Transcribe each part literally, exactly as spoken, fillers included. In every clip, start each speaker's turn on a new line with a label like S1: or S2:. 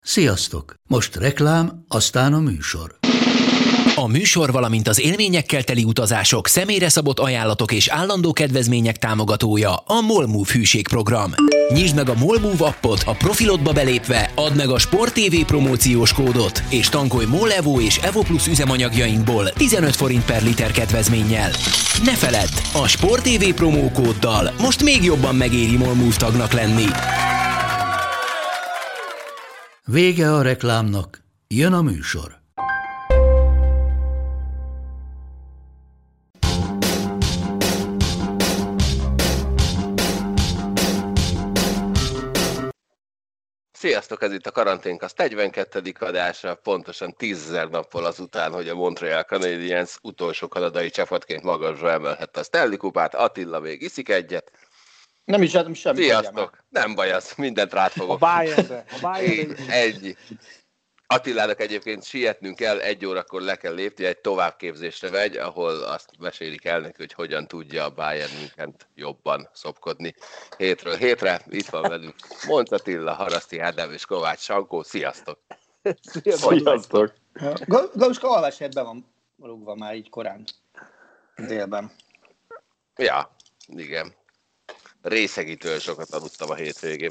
S1: Sziasztok! Most reklám, aztán a műsor.
S2: A műsor, valamint az élményekkel teli utazások, személyre szabott ajánlatok és állandó kedvezmények támogatója a MOLMOVE hűségprogram. Nyisd meg a MOLMOVE appot, a profilodba belépve add meg a Sport té vé promóciós kódot, és tankolj MOL Evo és Evo Plus üzemanyagjainkból tizenöt forint per liter kedvezménnyel. Ne feledd, a Sport té vé promókóddal most még jobban megéri MOLMOVE tagnak lenni.
S1: Vége a reklámnak, jön a műsor.
S3: Sziasztok, ez itt a Karanténkast negyvenkettedik adása, pontosan tízezer nappal azután, hogy a Montreal Canadiens utolsó kanadai csapatként magasra emelhette a Stanley kupát. Attila még iszik egyet.
S4: Nem is adom semmit.
S3: Sziasztok, nem baj az, mindent rád fogok.
S4: A Bayernre. A Bayernre.
S3: Ennyi. Attilának egyébként sietnünk kell, egy órakor le kell lépni, egy továbbképzésre megy, ahol azt mesélik el neki, hogy hogyan tudja a Bayern Münchent jobban szopkodni hétről hétre. Itt van velünk Monc Attila, Haraszti Ádám és Kovács Sankó. Sziasztok!
S4: Sziasztok! Galuska alvásért be van rúgva már így korán délben.
S3: Ja, igen. Részegitől sokat aludtam a hétvégén.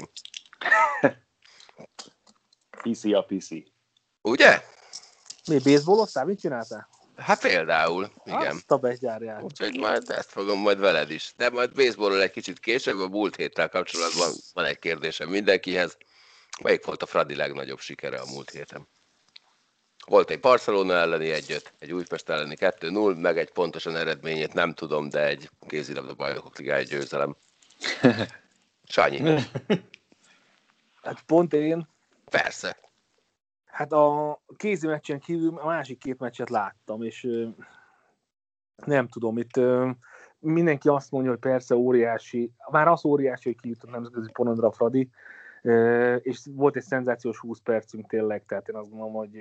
S5: Piszi a piszi.
S3: Ugye?
S4: Mi, baseballoztál? Mit csináltál?
S3: Hát például, igen.
S4: Azt a begyárját.
S3: Úgyhogy majd ezt fogom majd veled is. De majd baseballról egy kicsit később, a múlt héttel kapcsolatban van egy kérdésem mindenkihez. Melyik volt a Fradi legnagyobb sikere a múlt héten? Volt egy Barcelona elleni egy-öt, egy Újpest elleni kettő null, meg egy pontosan eredményét nem tudom, de egy kézilabda bajnokok ligája győzelem. Sanyi.
S6: Hát pont én.
S3: Persze.
S6: Hát a kézi meccsen kívül a másik két meccset láttam, és nem tudom, itt mindenki azt mondja, hogy persze óriási, már az óriási, hogy kijutott nemzetközi porondra a Fradi, és volt egy szenzációs húsz percünk tényleg, tehát én azt gondolom, hogy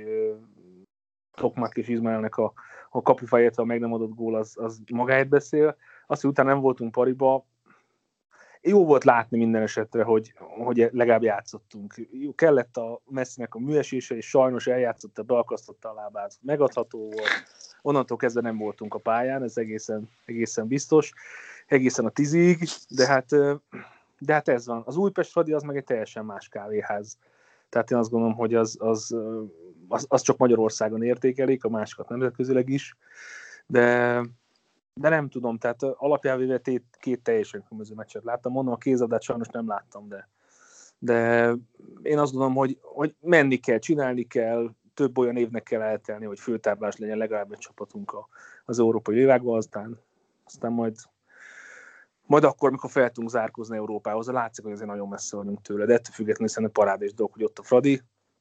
S6: Tokmak és Izmaelnek a, a kapufáj, illetve a meg nem adott gól az, az magáért beszél. Azt, hogy utána nem voltunk pariba, jó volt látni minden esetre, hogy, hogy legalább játszottunk. Jó, kellett a Messinek a műesése, és sajnos eljátszotta, beakasztotta a lábát. Megadható volt. Onnantól kezdve nem voltunk a pályán, ez egészen, egészen biztos. Egészen a tízig, de hát, de hát ez van. Az Újpest Fradi az meg egy teljesen más kávéház. Tehát én azt gondolom, hogy az, az, az, az csak Magyarországon értékelik, a másikat nemzetközileg is. De... De nem tudom, tehát alapjában két teljesen különböző meccset láttam. Mondom, a kézabdát sajnos nem láttam, de, de én azt gondolom, hogy, hogy menni kell, csinálni kell, több olyan évnek kell eltelni, hogy főtáblás legyen legalább egy csapatunk az európai világban, aztán, aztán majd, majd akkor, amikor fel tudunk zárkózni Európához, látszik, hogy azért nagyon messze vagyunk tőle, de ettől függetlenül szerintem parádés dolog, hogy ott a Fradi,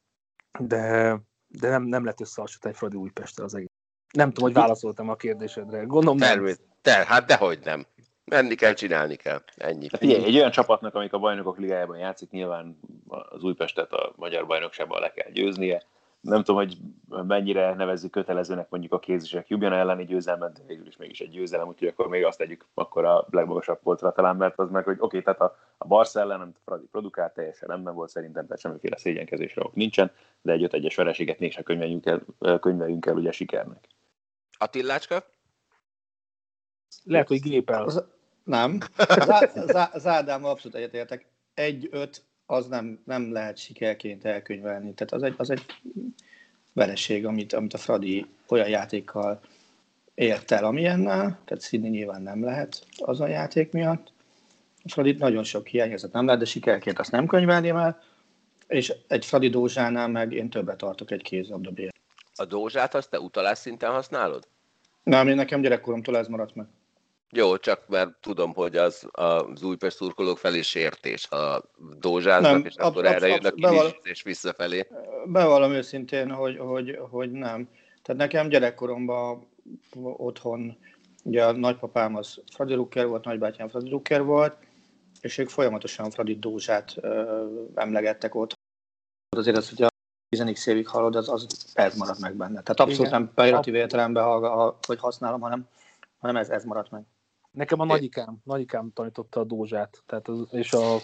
S6: de, de nem, nem lett összehasonlítani egy Fradi Újpesttel az egész. Nem tudom, hogy válaszoltam a kérdésedre. Gondolom nem.
S3: Termét, ter, hát dehogy nem. Menni kell, csinálni kell. Ennyi.
S5: Hát figyelj, egy olyan csapatnak, amik a bajnokok ligájában játszik, nyilván az Újpestet a magyar bajnokságban le kell győznie. Nem tudom, hogy mennyire nevezzük kötelezőnek mondjuk a kézisek Ljubljana elleni győzelmet, de végül is mégis egy győzelem, úgyhogy akkor még azt tegyük akkor a legmagasabb polcra talán, mert az meg, hogy oké, okay, tehát a, a Barca ellen, amit a Fradi produkált, teljesen rendben volt szerintem, tehát semmiféle szégyenkezésre ok nincsen, de egy öt egyes vereséget mégsem könyveljünk el, könyveljünk el ugye sikernek.
S3: Attilácska?
S6: Lehet, hogy gépel.
S4: Az, nem. Az Ádámmal abszolút egyetértek. Egy-öt az nem, nem lehet sikerként elkönyvelni. Tehát az egy, az egy vereség, amit, amit a Fradi olyan játékkal ért el, amilyennel. Tehát színi nyilván nem lehet az a játék miatt. A Fradi nagyon sok hiányozat nem lehet, de sikerként azt nem könyvelném el. És egy Fradi Dózsánál meg én többet tartok egy kézlabdabért.
S3: A Dózsát azt te utalás szinten használod?
S4: Nem, én nekem gyerekkoromtól ez maradt meg.
S3: Jó, csak mert tudom, hogy az az Újpest szurkolók felé sértés, ha dózsáznak, nem, és ab, akkor ab, erre jönnek ki és visszafelé.
S4: Bevallom őszintén, hogy, hogy, hogy nem. Tehát nekem gyerekkoromban otthon, ugye a nagypapám az Fradi Rukker volt, nagybátyám Fradi Rukker volt, és ők folyamatosan Fradi Dózsát ö, emlegettek ott. Azért az, hogy a tíz évig hallod, az, az ez maradt meg benne. Tehát abszolút igen, nem pejoratív értelemben, hogy használom, hanem, hanem ez, ez maradt meg.
S6: Nekem a nagyikám, nagyikám tanította a Dózsát, tehát az, és a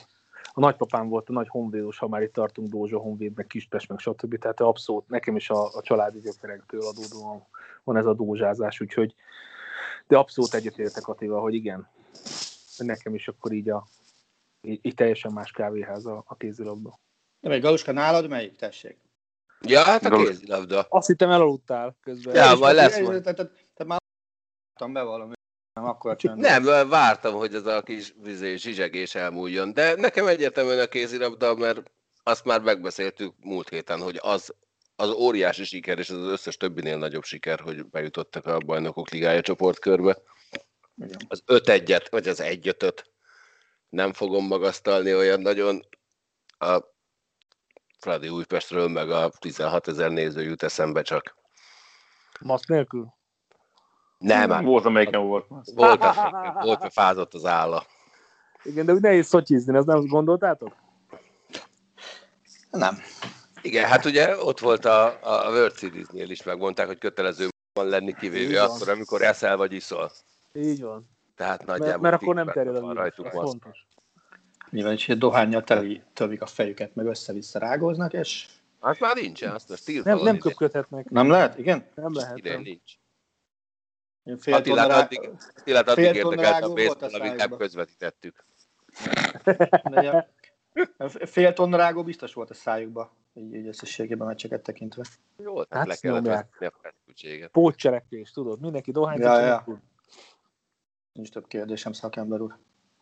S6: a nagypapám volt a nagy honvédos, ha már itt tartunk, Dózsa Honvéd, meg Kispest, meg stb. Tehát abszolút nekem is a, a családi gyökerektől adódóan van ez a dózsázás, úgyhogy de abszolút egyetértek Attila, hogy igen, nekem is akkor így, a, így, így teljesen más kávéház a, a kézilabda.
S4: De még Galuska, nálad melyik? Tessék.
S3: Ja, hát a kézilabda.
S6: Azt hittem elaludtál közben.
S3: Ja, majd lesz majd.
S4: Tehát már láttam be valami. Nem, akkor
S3: nem, vártam, hogy ez a kis vizé, zsizsegés elmúljon, de nekem egyértelműen a kézilabda, mert azt már megbeszéltük múlt héten, hogy az, az óriási siker, és az összes többinél nagyobb siker, hogy bejutottak a Bajnokok Ligája csoportkörbe. Az öt egyet, vagy az egy ötöt nem fogom magasztalni olyan nagyon. A Fradi Újpestről meg a tizenhatezer néző jut eszembe csak.
S6: Maszk nélkül?
S3: Nem,
S5: nem volt, amelyik nem volt.
S3: Volt, volt, mert fázott az álla.
S6: Igen, de úgy nehéz szotyizni, ezt nem gondoltátok?
S4: Nem.
S3: Igen, hát ugye ott volt a, a World Series-nél is, megmondták, hogy kötelező van lenni kivéve akkor, amikor eszel vagy iszol.
S6: Így van.
S3: Tehát nagyjából...
S6: Mert akkor nem terjed a
S3: rajtuk
S6: ez
S3: van.
S6: fontos.
S4: Nyilván is, hogy dohányjal tövik a fejüket, meg össze-vissza rágóznak, és...
S3: Hát már nincsen, azt most
S6: nem, nem köpködhetnek.
S4: Nem lehet, igen?
S6: Nem lehet.
S3: Idén nincs.
S4: Attilát
S3: rá... addig, Attilát addig érdekelt a baseball, amit nem közvetítettük.
S4: Fél tonna rágó biztos volt a szájukba, így, így összességében meccseket tekintve.
S3: Jó, tehát le kellett veszni a feszültséget.
S6: Pótcselekvés, tudod, mindenki dohányt.
S4: Ja, ja. Nincs több kérdésem, szakember úr.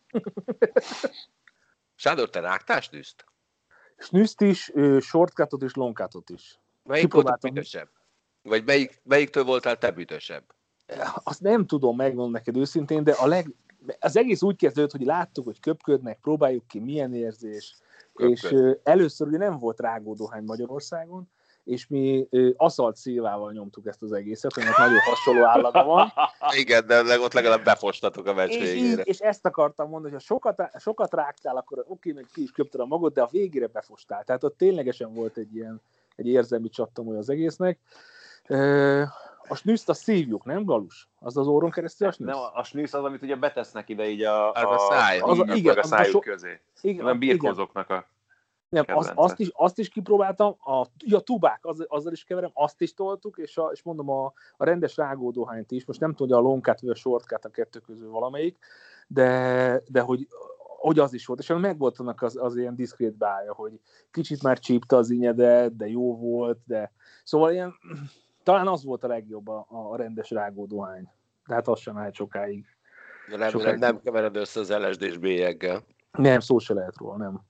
S3: Sándor, te rágtál snűzt?
S6: Snűzt is, shortcutot és longcutot is.
S3: Melyik volt a büdösebb? Vagy melyik, melyiktől voltál te büdösebb?
S6: Azt nem tudom, megmondom neked őszintén, de a leg, az egész úgy kezdődött, hogy láttuk, hogy köpködnek, próbáljuk ki, milyen érzés. Köpköd. És uh, először ugye nem volt rágódohány Magyarországon, és mi uh, aszalt szilvával nyomtuk ezt az egészet, aminek nagyon hasonló állata van.
S3: Igen, de ott legalább befostatok a meccs
S6: és
S3: végére.
S6: Így, és ezt akartam mondani, hogy ha sokat, sokat rágtál, akkor oké, meg ki is köpted a magad, de a végére befostál. Tehát ott ténylegesen volt egy ilyen egy érzelmi csattamolja az egésznek. Uh, A snűszt azt szívjuk, nem, Galus? Az az orron keresztül a snűszt?
S5: Nem, a snűszt az, amit ugye betesznek ide így a,
S3: a, a, száj,
S5: a, a, igen, a szájuk so... közé.
S6: Igen,
S5: nem birkózoknak a
S6: nem, az, azt, is, azt is kipróbáltam, a, ja, tubák, az, azzal is keverem, azt is toltuk, és, a, és mondom a, a rendes rágódohányt is, most nem tudom, hogy a longcut vagy a shortcut a kettő közül valamelyik, de, de hogy, hogy az is volt, és meg volt annak az, az ilyen diszkrét bája, hogy kicsit már csípte az inyedet, de jó volt, de szóval ilyen, talán az volt a legjobb a, a rendes rágódohány, de hát az sem állt sokáig.
S3: Remélem sokáig. Nem kevered össze az el es dés bélyeggel.
S6: Nem, szó se lehet róla, nem.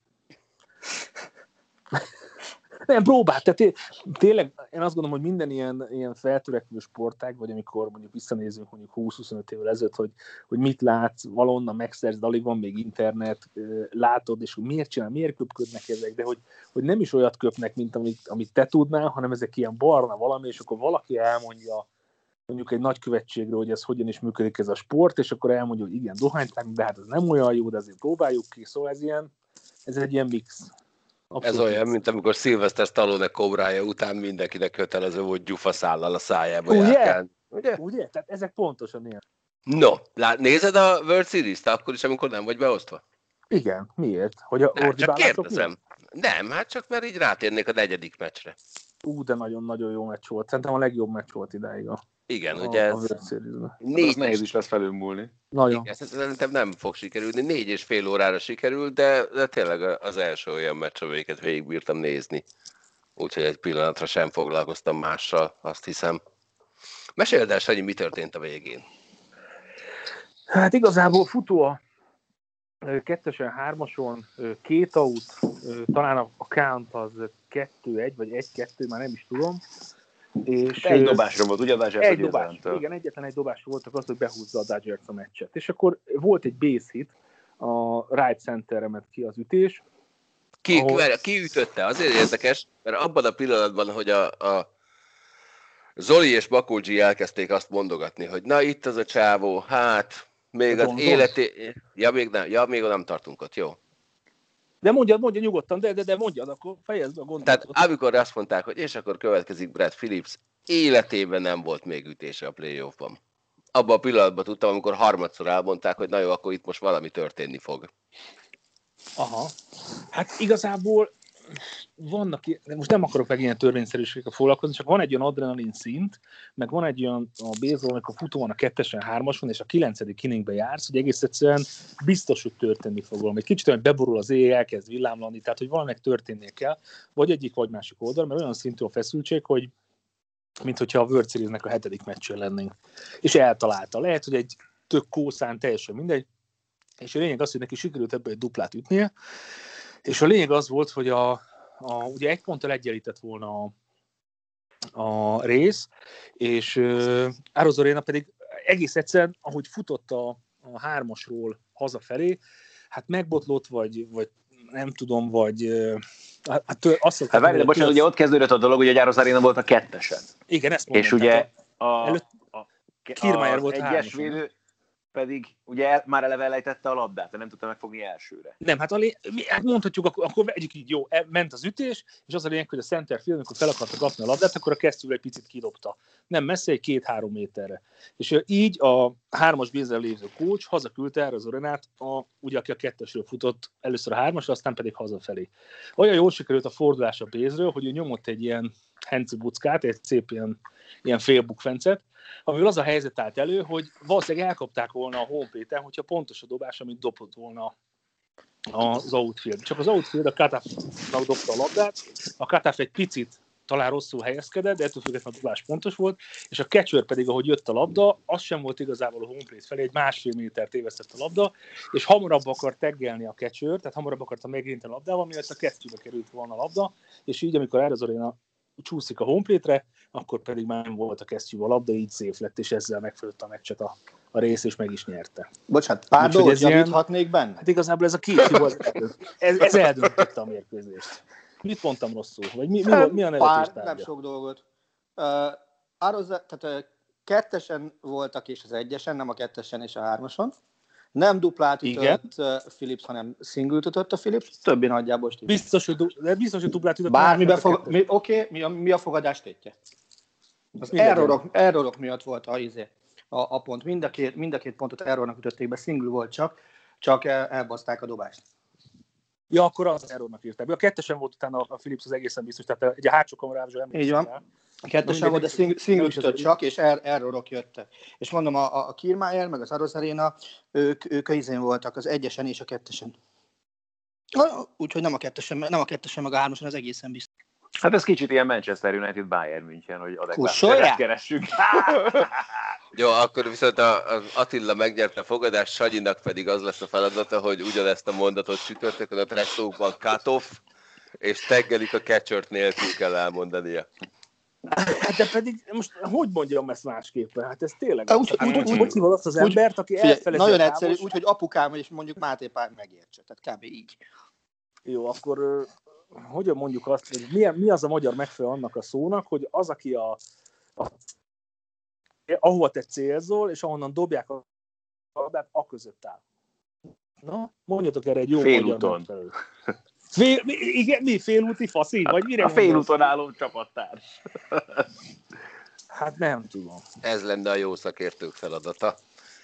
S6: Nem, próbáld, tehát tényleg én azt gondolom, hogy minden ilyen, ilyen feltörekvő sportág, vagy amikor mondjuk visszanézünk mondjuk húsz-huszonöt évvel ezelőtt, hogy, hogy mit látsz, valonnan megszerzed, alig van még internet, látod, és hogy miért csinál, miért köpködnek ezek, de hogy, hogy nem is olyat köpnek, mint amit, amit te tudnál, hanem ezek ilyen barna valami, és akkor valaki elmondja mondjuk egy nagykövetségről, hogy ez hogyan is működik ez a sport, és akkor elmondja, hogy igen, dohánytánk, de hát ez nem olyan jó, de azért próbáljuk ki, szóval ez ilyen, ez egy ilyen mix.
S3: Abszolút. Ez olyan, mint amikor Sylvester Stallone kobrája után mindenkinek kötelező volt gyufaszállal a szájába járkálni.
S6: Ugye? Ugye? Tehát ezek pontosan ilyen.
S3: No, lát, nézed a World Series-t akkor is, amikor nem vagy beosztva?
S6: Igen, miért? Hogy a
S3: nem, csak kérdezem. Nem, hát csak mert így rátérnék a negyedik meccsre.
S6: Ú, de nagyon-nagyon jó meccs volt. Szerintem a legjobb meccs volt idáig a
S3: Igen,
S6: a,
S3: ugye ez...
S6: A World Series-ben.
S5: Négy nehéz is lesz felülmúlni.
S6: Nagyon.
S3: Igen, szerintem nem fog sikerülni. Négy és fél órára sikerül, de, de tényleg az első olyan meccs, amelyiket végigbírtam nézni. Úgyhogy egy pillanatra sem foglalkoztam mással, azt hiszem. Meséld el, Sanyi, mi történt a végén?
S6: Hát igazából futó a kettesen, hármason, két out, talán a count az kettő egy, vagy egy kettő, már nem is tudom. És
S5: egy dobásra volt, ugye a Dodgers?
S6: Egy dobás, igen, egyetlen egy dobás voltak az, hogy behúzza a Dodgers a meccset. És akkor volt egy base hit, a right centerre ment ki az ütés.
S3: Ki, ahol... ki ütötte? Azért érdekes, mert abban a pillanatban, hogy a, a Zoli és Bakulcsi elkezdték azt mondogatni, hogy na itt az a csávó, hát még az életé... Ja még, nem, ja, még nem tartunk ott, jó.
S6: De mondjad, mondjad nyugodtan, de, de, de mondjad, akkor fejezd a gondolatot.
S3: Tehát amikor azt mondták, hogy és akkor következik Brad Phillips, életében nem volt még ütése a playoffban. Abban a pillanatban tudtam, amikor harmadszor elmondták, hogy na jó, akkor itt most valami történni fog.
S6: Aha. Hát igazából vannak, most nem akarok meg ilyen törvényszerűségekkel foglalkozni, csak van egy olyan adrenalin szint, meg van egy olyan a baseball, amikor futó van a kettesen, hármason, és a kilencedik inningben jársz, hogy egész egyszerűen biztos, hogy történni fog valami. Egy kicsit olyan beborul az éj, elkezd villámlani, tehát hogy valaminek történnie kell, vagy egyik, vagy másik oldal, mert olyan szintű a feszültség, hogy mint hogyha a World Series-nek a hetedik meccsön lennénk. És eltalálta. Lehet, hogy egy tök kószán, teljesen mindegy, és a lényeg az, hogy neki sikerült ebből egy duplát ütnie, és a lényeg az volt, hogy a, a, ugye egy ponttal egyenlített volna a, a rész, és uh, Arozarena pedig egész egyszerűen, ahogy futott a, a hármasról hazafelé, hát megbotlott, vagy, vagy nem tudom, vagy uh, hát azt
S5: hát várj, de bocsánat, ugye ott kezdődött a dolog, hogy a Arozarena volt a kettesen.
S6: Igen, ezt mondom.
S5: És ugye a,
S6: előtt
S5: a,
S6: Kiermaier volt
S5: egyes
S6: hármason.
S5: védő pedig ugye el, már eleve elejtette a labdát, de nem tudta megfogni elsőre.
S6: Nem, hát, a lé... hát mondhatjuk, akkor, akkor vegyük így, jó, ment az ütés, és az a lényeg, hogy a center field, amikor fel akarta kapni a labdát, akkor a kesztyűvel egy picit kidobta. Nem messze, egy két-három méterre. És így a hármas bézzel lévő coach hazaküldte erre az Arenát, a, ugye aki a kettesről futott először a hármasra, aztán pedig hazafelé. Olyan jól sikerült a fordulás a bézről, hogy ő nyomott egy ilyen henci buckát, egy szép ilyen, ilyen félbukfencet, amivel az a helyzet állt elő, hogy valószínűleg elkapták volna a home plate-en, hogyha pontos a dobás, amit dobott volna az outfield. Csak az outfield a Katafnak dobta a labdát, a Kataf egy picit talán rosszul helyezkedett, de ettől függetlenül a dobás pontos volt, és a catcher pedig, ahogy jött a labda, az sem volt igazából a home plate felé, egy másfél méter tévesztett a labda, és hamarabb akart teggelni a catcher, tehát hamarabb akarta megérinteni a labdával, miatt a kesztyűbe került volna a labda, és így, amikor Arozarena csúszik a home plate-re, akkor pedig már nem volt a kesztyűvel a labda, így szép lett, és ezzel megfölött a meccset a, a rész, és meg is nyerte.
S4: Bocsánat, pár
S6: Úgy,
S4: dolgot javíthatnék benne?
S6: Hát igazából ez a két volt, ez, ez eldöntötte a mérkőzést. Mit mondtam rosszul? Vagy mi, mi, mi a nevetés tárgya?
S4: Nem sok dolgot. Uh, Arozza, tehát uh, kettesen voltak és az egyesen, nem a kettesen és a hármason. Nem duplát ütött uh, Phillips, hanem singlet ütött a Phillips. Többi nagyjából stíl.
S6: Biztos, hogy, du- de biztos, hogy duplát ütött.
S4: Bármiben fog... Mi, Oké, okay, mi, a, mi a fogadás tétje? Az errorok, errorok miatt volt a, a, a pont. Mind a, két, mind a két pontot errornak ütötték be, single volt csak, csak el, elbaszták a dobást.
S6: Ja, akkor az errornak írták. A kettesen volt utána a Phillips az egészen biztos, tehát egy a hátsó kamerávzsó nem.
S4: Így van. A kettesen volt, de single, single ütött csak, és er, errorok jöttek. És mondom, a, a Kiermaier, meg az Arozarena, ők, ők a izén voltak, az egyesen és a kettesen. Úgyhogy nem a kettesen, nem a kettesen, meg a hármason, az egészen biztos.
S5: Hát ez kicsit ilyen Manchester United Bayern München, hogy adekvát keressünk.
S3: Jó, akkor viszont az Attila megnyerte a fogadást, Sanyinak pedig az lesz a feladata, hogy ugyanezt a mondatot csütörtökön a trash talkban cut off, és teggelik a catchert nélkül kell elmondania.
S6: Hát de pedig most hogy mondjam ezt másképpen? Hát ez tényleg...
S4: Hát,
S6: úgy,
S4: úgy,
S6: úgy,
S4: úgy,
S6: hogy hívod azt az
S4: úgy,
S6: embert, aki
S4: figyelj,
S6: elfelejti
S4: nagyon
S6: a
S4: egyszerű,
S6: távos...
S4: úgyhogy apukám és mondjuk Máté Pál megértse. Tehát kb. Így.
S6: Jó, akkor uh, hogyan mondjuk azt, hogy milyen, mi az a magyar megfelelő annak a szónak, hogy az, aki a, a ahova te célzol, és ahonnan dobják a labdát, a között áll. Na, mondjatok erre egy jó
S5: félúton.
S6: Magyar megfelelő. Fél, mi, igen, mi félúti faszi? Vagy mire
S5: a félúton álló csapattárs.
S6: Hát nem tudom.
S3: Ez lenne a jó szakértők feladata.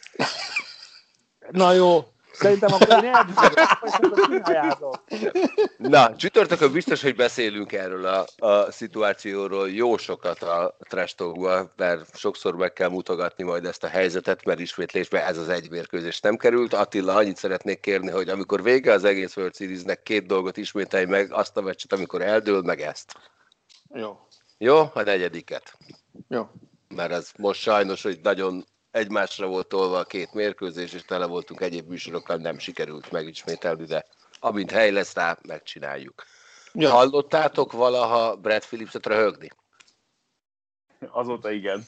S6: Na jó, szerintem akkor én elbizonyom,
S3: Na, csütörtökön biztos, hogy beszélünk erről a, a szituációról jó sokat a trash talkban, mert sokszor meg kell mutogatni majd ezt a helyzetet, mert ismétlésben ez az egy mérkőzés nem került. Attila, annyit szeretnék kérni, hogy amikor vége az egész World Seriesnek, két dolgot ismételj meg, azt a meccset, amikor eldől, meg ezt.
S4: Jó.
S3: Jó? A negyediket.
S4: Jó.
S3: Mert ez most sajnos, hogy nagyon egymásra volt tolva a két mérkőzés, és tele voltunk egyéb műsorokkal, nem sikerült megismételni, de amint hely lesz rá, megcsináljuk. Ja. Hallottátok valaha Brad Phillipset röhögni?
S5: Azóta igen.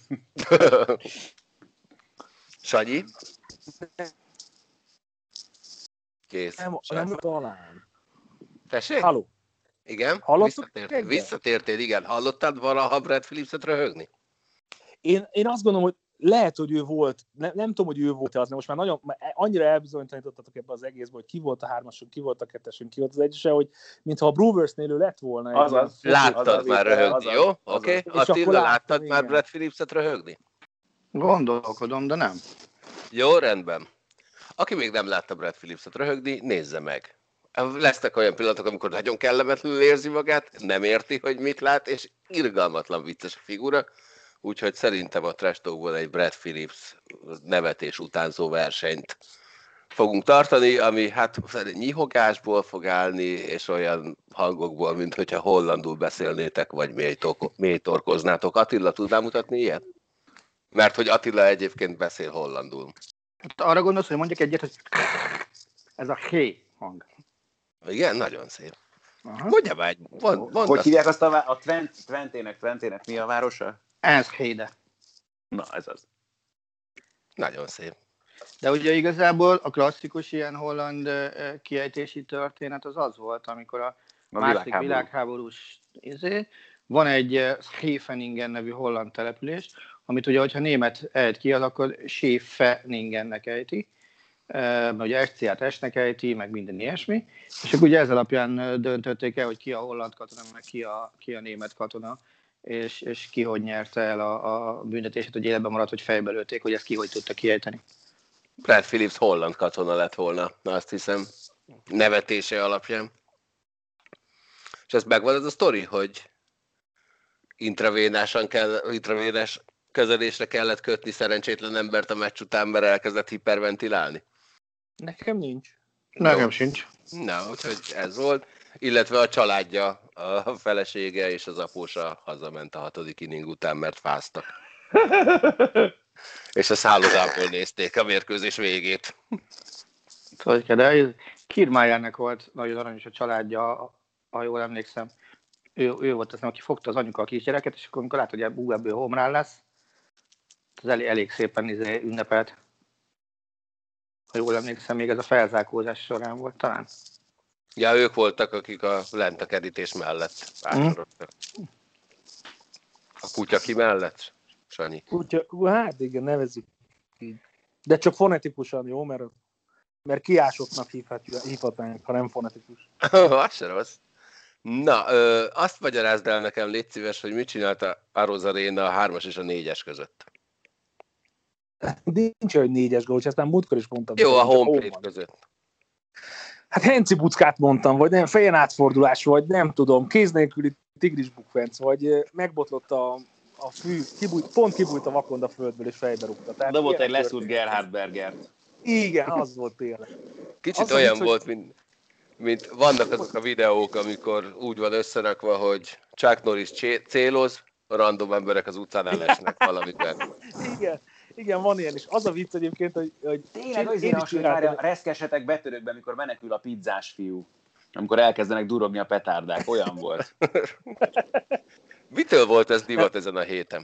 S3: Sanyi? Kész.
S6: Nem, nem talán.
S3: Tessék?
S6: Halló.
S3: Igen?
S6: Visszatértél,
S3: Visszatértél, igen. Hallottad valaha Brad Phillipset röhögni?
S6: Én, én azt gondolom, hogy lehet, hogy ő volt, ne, nem tudom, hogy ő volt-e az, de most már nagyon, már annyira elbizonytalanítottatok ebbe az egészben, hogy ki volt a hármason, ki volt a kettesen, ki volt az egyesen, hogy mintha a Brewers-nél ő lett volna.
S5: Azaz.
S3: Láttad
S5: azaz,
S3: már
S5: azaz,
S3: röhögni,
S5: azaz,
S3: jó? Oké? Okay. Attila, láttad már Brad Phillipset röhögni?
S4: Gondolkodom, de nem.
S3: Jó, rendben. Aki még nem látta Brad Phillipset röhögni, nézze meg. Lesznek olyan pillanatok, amikor nagyon kellemetlenül érzi magát, nem érti, hogy mit lát, és irgalmatlan vicces a figura, úgyhogy szerintem a Trash Talkból egy Brad Phillips nevetés utánzó versenyt fogunk tartani, ami hát nyihogásból fog állni, és olyan hangokból, mint hogyha hollandul beszélnétek, vagy mély torkoznátok. Attila, tudnál mutatni ilyet? Mert hogy Attila egyébként beszél hollandul.
S4: Hát arra gondolsz, hogy mondjak egyet, hogy ez a hé hang.
S3: Igen, nagyon szép. Mondja már egy... Mond, mond
S5: hogy
S3: azt.
S5: hívják azt a, a Twent, Twentének, Twentének mi a városa?
S4: Enschede.
S5: Na, ez az.
S3: Nagyon szép.
S4: De ugye igazából a klasszikus ilyen holland kiejtési történet az az volt, amikor a, a második világháború. világháborús izé, van egy Scheveningen nevű holland település, amit ugye, hogyha német ejt ki, az akkor Scheveningennek ejti, mert ugye es cé á-t S-nek ejti, meg minden ilyesmi, és akkor ugye ez alapján döntötték el, hogy ki a holland katona, meg ki a, ki a német katona, és, és ki hogy nyerte el a, a büntetését, hogy életben maradt, hogy fejbe lőtték, hogy ezt ki hogy tudta kiejteni.
S3: Brad Phillips holland katona lett volna, azt hiszem, nevetése alapján. És ez megvan ez a sztori, hogy intravénásan kell, intravénás kezelésre kellett kötni szerencsétlen embert a meccs után, mert elkezdett hiperventilálni?
S6: Nekem nincs.
S4: Nekem sincs.
S3: Na, úgyhogy ez volt. Illetve a családja, a felesége és az apósa hazament a hatodik inning után, mert fáztak. És a szállodából nézték a mérkőzés végét.
S4: De Kiermaier-nek volt nagyon aranyos a családja, ha jól emlékszem. Ő, ő volt az, aki fogta az anyuka a kisgyereket, és akkor amikor lát, hogy ú, ebből home lesz, az elég, elég szépen izé ünnepelt. Ha jól emlékszem, még ez a felzárkózás során volt talán.
S3: Ja, ők voltak, akik a lent a kerítés mellett ásorodtak. A kutya ki mellett, Sanyi?
S6: Kutya, hát igen, nevezzük így. De csak fonetikusan, jó? Mert, mert kiásottnak hívhatnánk, ha nem fonetikus.
S3: Az se rossz. Na, ö, azt magyarázd el nekem, légy szíves, hogy mit csinálta Arozarena a hármas és a négyes között.
S6: Nincs olyan négyes gól, és aztán múltkor is mondtam.
S3: Jó, a home plate között.
S6: Hát Henci buckát mondtam, vagy nem, fejen átfordulás, vagy nem tudom, kéz nélküli tigris bukfenc, vagy megbotlott a, a fű, kibújt, pont kibújt a vakond a földből, és fejbe rúgta. Tehát
S5: de volt egy leszúrt Gerhard Bergert.
S6: Igen, az volt tényleg.
S3: Kicsit az olyan volt, hogy... mint, mint vannak azok a videók, amikor úgy van összerakva, hogy Chuck Norris céloz, a random emberek az utcán elesnek valamiben.
S6: Igen. Igen, van ilyen is. Az a vicc egyébként, hogy... hogy
S5: tényleg azért az, hogy már a reszkesetek betörőkben, amikor menekül a pizzás fiú. Amikor elkezdenek durogni a petárdák. Olyan volt.
S3: Mitől volt ez divat ezen a héten?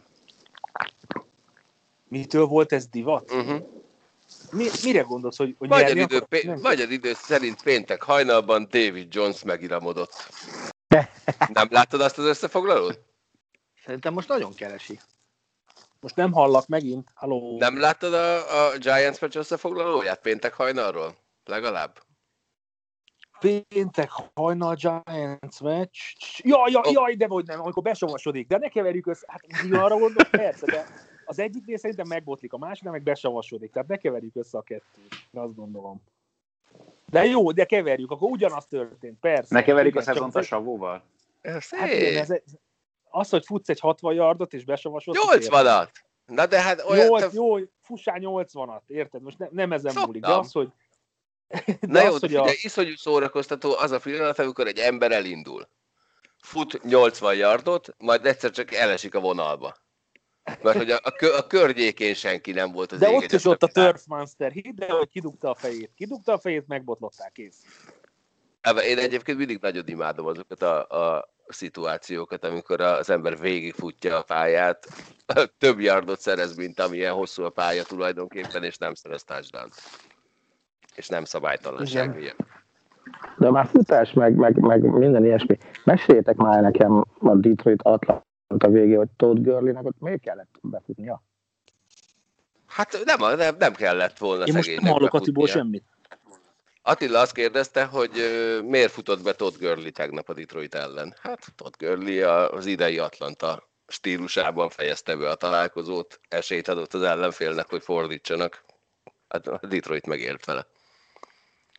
S6: Mitől volt ez divat?
S3: Uh-huh.
S6: Mi, mire gondolsz, hogy, hogy
S3: magyar, idő, pé- magyar idő szerint péntek hajnalban David Jones megiramodott. Nem láttad azt az összefoglalót?
S4: Szerintem most nagyon keresi.
S6: Most nem hallak megint. Halló.
S3: Nem láttad a, a Giants meccs összefoglalóját péntek hajnalról? Legalább?
S6: Péntek hajnal Giants meccs. Jaj, jaj, jaj, de vagy nem, amikor besavasodik. De ne keverjük össze. Hát arra gondolok, persze, de az egyiknél szerintem megbotlik, a másiknál meg besavasodik. Tehát ne keverjük össze a kettőt. Azt gondolom. De jó, de keverjük, akkor ugyanaz történt, persze.
S5: Ne keverjük a szezont a savóval?
S6: Hát igen, ez, az, hogy futsz egy hatvan yardot és besavasodsz.
S3: nyolcvanat! Na de hát olyan...
S6: Jó, te... jó, fussál nyolcvanat, érted? Most ne, nem ezen múlik, de az, hogy...
S3: De Na az, jó, hogy figyelj, a... iszonyú szórakoztató az a pillanat, amikor egy ember elindul. Fut nyolcvan yardot, majd egyszer csak elesik a vonalba. Mert hogy a, a, kö, a környékén senki nem volt az
S6: de ott is ott a Turf Monster, hidd el, hogy kidugta a fejét. Kidugta a fejét, megbotlották, kész.
S3: Én egyébként mindig nagyon imádom azokat a, a szituációkat, amikor az ember végigfutja a pályát, több yardot szerez, mint amilyen hosszú a pálya tulajdonképpen, és nem szerez touchdown-t. És nem szabálytalanság miatt.
S7: De már futás, meg, meg, meg minden ilyesmi. Meséljétek már nekem a Detroit Atlanta végé, hogy Todd Gurley-nek ott miért kellett befutnia?
S3: Hát nem, nem, nem kellett volna
S6: Én most nem hallok Attiból semmit.
S3: Attila azt kérdezte, hogy miért futott be Todd Gurley tegnap a Detroit ellen. Hát Todd Gurley az idei Atlanta stílusában fejezte be a találkozót, esélyt adott az ellenfélnek, hogy fordítsanak. Hát a Detroit megért vele.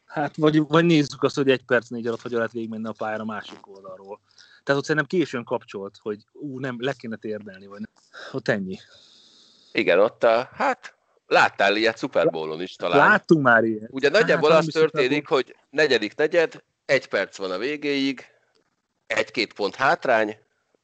S6: Hát, vagy, vagy nézzük azt, hogy egy perc négy alatt hogyan lehet végigmenni a pályára a másik oldalról. Tehát ott szerintem későn kapcsolt, hogy ú, nem, le kéne térdelni, vagy nem. Ott ennyi.
S3: Igen, ott a, hát láttál ilyet Super Bowl-on is talán.
S6: Láttunk már ilyet.
S3: Ugye nagyjából
S6: hát,
S3: az történik, hogy negyedik negyed, egy perc van a végéig, egy-két pont hátrány,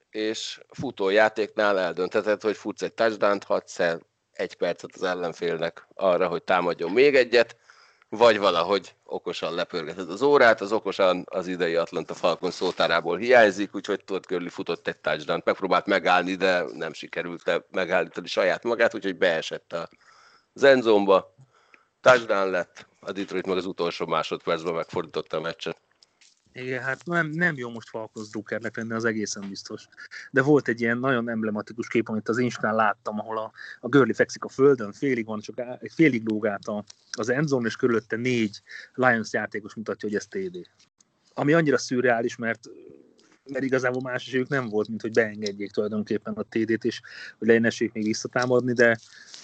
S3: és futójátéknál eldöntheted, hogy futsz egy touchdown-t, hadsz el egy percet az ellenfélnek arra, hogy támadjon még egyet, vagy valahogy okosan lepörgeted az órát, az okosan az idei Atlanta Falcons szótárából hiányzik, úgyhogy Todd Gurley futott egy touchdown-t, megpróbált megállni, de nem sikerült megállítani saját magát, úgyhogy beesett az endzone-ba, touchdown lett, a Detroit meg az utolsó másodpercben megfordította a meccset.
S6: Igen, hát nem, nem jó most Falcons drukkernek lenni, az egészen biztos. De volt egy ilyen nagyon emblematikus kép, amit az Instán láttam, ahol a, a Gurley fekszik a földön, félig van, csak egy félig lóg át az endzone, és körülötte négy Lions játékos mutatja, hogy ez té dé. Ami annyira szürreális, mert, mert igazából más esélyük nem volt, mint hogy beengedjék tulajdonképpen a té dét, és hogy legyen esélyük még visszatámadni, de,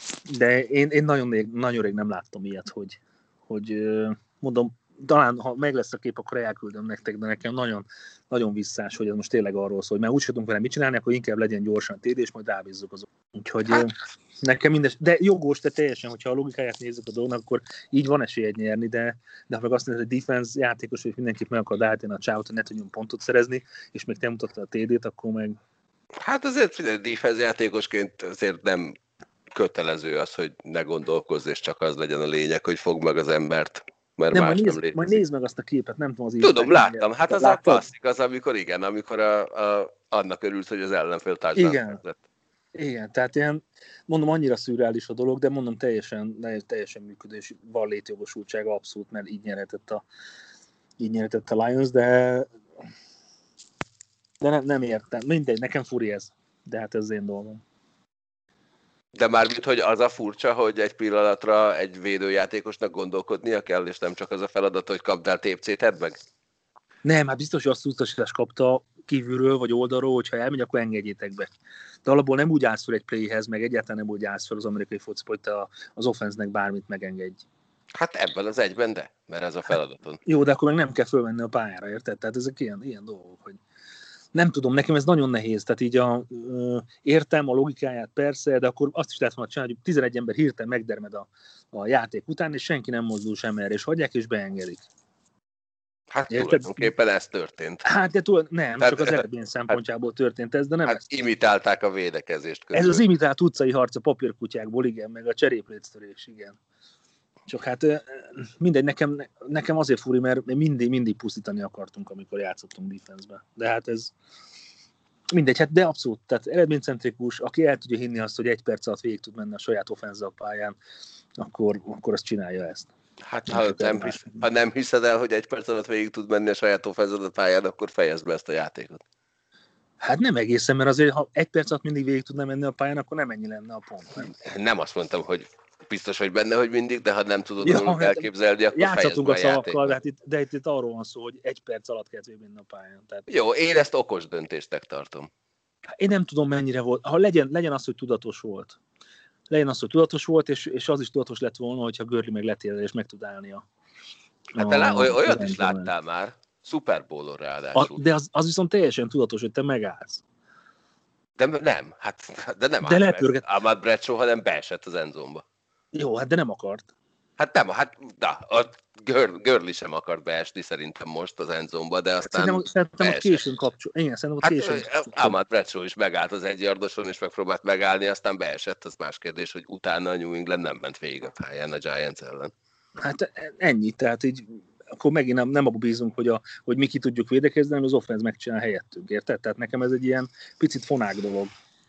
S6: de én, én nagyon, rég, nagyon rég nem láttam ilyet, hogy, hogy mondom, talán, ha meg lesz a kép, akkor elküldöm nektek, de nekem nagyon, nagyon visszás, hogy ez most tényleg arról szól, hogy már úgy tudunk vele mit csinálni, akkor inkább legyen gyorsan té dé, és majd rábízzuk azon. Úgyhogy hát. Nekem mindes, de jogos, de teljesen, hogyha a logikáját nézzük a dolognak, akkor így van esélyed nyerni, de, de ha meg azt mondod, hogy defense játékos, hogy mindenképp meg akar állítani a csávot, hogy ne tudjon pontot szerezni, és még te mutattad a té dét, akkor meg...
S3: Hát azért defense játékosként azért nem kötelező az, hogy ne gondolkozz, és csak az legyen a lényeg, hogy fogd meg az embert. Mert
S6: nem,
S3: más
S6: majd,
S3: nem
S6: nézd,
S3: létezik.
S6: majd nézd meg azt a képet, nem tudom az így.
S3: Tudom, láttam. Hát az
S6: láttad?
S3: a klasszik, az, amikor igen, amikor a, a, annak örülsz, hogy az ellenfél touchdown lett.
S6: Igen, tehát ilyen, mondom, annyira szürreális a dolog, de mondom, teljesen, teljesen működő, és van létjogosultsága abszolút, mert így nyerhetett a, így nyerhetett a Lions, de, de nem, nem értem. Mindegy, nekem furi ez, de hát ez az én dolgom.
S3: De mármint, hogy az a furcsa, hogy egy pillanatra egy védőjátékosnak gondolkodnia kell, és nem csak az a feladat, hogy kapd el té pé cét, tedd meg?
S6: Nem, hát biztos, hogy azt utasítást kapta kívülről vagy oldalról, hogyha elmegy, akkor engedjétek be. De alapból nem úgy állsz fel egy playhez, meg egyáltalán nem úgy állsz fel az amerikai fociba, hogy te az offense-nek bármit megengedj.
S3: Hát ebben az egyben, de, mert ez a feladaton.
S6: Hát, jó, de akkor meg nem kell fölmenni a pályára, érted? Tehát ezek ilyen, ilyen dolgok, hogy nem tudom, nekem ez nagyon nehéz, tehát így a, ö, értem a logikáját persze, de akkor azt is lehet volna csinálni, hogy tizenegy ember hirtelen megdermed a, a játék után, és senki nem mozdul sem erre, és hagyják, és beengedik.
S3: Hát érted? Tulajdonképpen ez történt.
S6: Hát de túl, nem, hát, csak az eredmény szempontjából történt ez, de nem
S3: hát
S6: ez.
S3: imitálták a védekezést közül.
S6: Ez az imitált utcai harc a papírkutyákból, igen, meg a cserépléctörés, igen. Csak hát mindegy, nekem, nekem azért furi, mert mindig, mindig pusztítani akartunk, amikor játszottunk defense-be. De hát ez mindegy, hát de abszolút, tehát eredménycentrikus, aki el tudja hinni azt, hogy egy perc alatt végig tud menni a saját offense pályán, akkor, akkor azt csinálja ezt.
S3: Hát ha nem, hisz, ha nem hiszed el, hogy egy perc alatt végig tud menni a saját offense pályán, akkor fejezd be ezt a játékot. Hát
S6: nem egészen, mert azért, ha egy perc alatt mindig végig tudna menni a pályán, akkor nem ennyi lenne a pont. Nem,
S3: nem azt mondtam, hogy biztos vagy benne, hogy mindig, de ha nem tudod ja, hát elképzelni, akkor fejezd be a
S6: szavakkal, de, hát itt, de itt, itt arról van szó, hogy egy perc alatt kell végigmenni a pályán. Tehát...
S3: Jó, én ezt okos döntésnek tartom.
S6: Én nem tudom, mennyire volt. Ha legyen, legyen az, hogy tudatos volt. Legyen az, hogy tudatos volt, és, és az is tudatos lett volna, hogyha Gurley meg letérdel, és meg tud állni a...
S3: Hát a, a, olyat is láttál már, Super Bowl-on ráadásul.
S6: A, de az, az viszont teljesen tudatos, hogy te megállsz.
S3: De nem, hát de nem
S6: de lepörget...
S3: Ahmad Bradshaw, hanem beesett az endzone-ba.
S6: Jó, hát de nem akart.
S3: Hát nem, hát na, a Gurley sem akart beesni szerintem most az endzone-ba, de aztán
S6: Szerintem, szerintem ott későn kapcsol. Igen, szerintem ott későn
S3: hát, Ahmad Bradshaw is megállt az egy yardoson, és megpróbált megállni, aztán beesett, az más kérdés, hogy utána a New England nem ment végig a pályán a Giants ellen.
S6: Hát ennyi, tehát így akkor megint nem, nem abba bízunk, hogy, a, hogy mi ki tudjuk védekezni, hanem az offense megcsinál helyettünk, érted? Tehát nekem ez egy ilyen picit fonák dolog.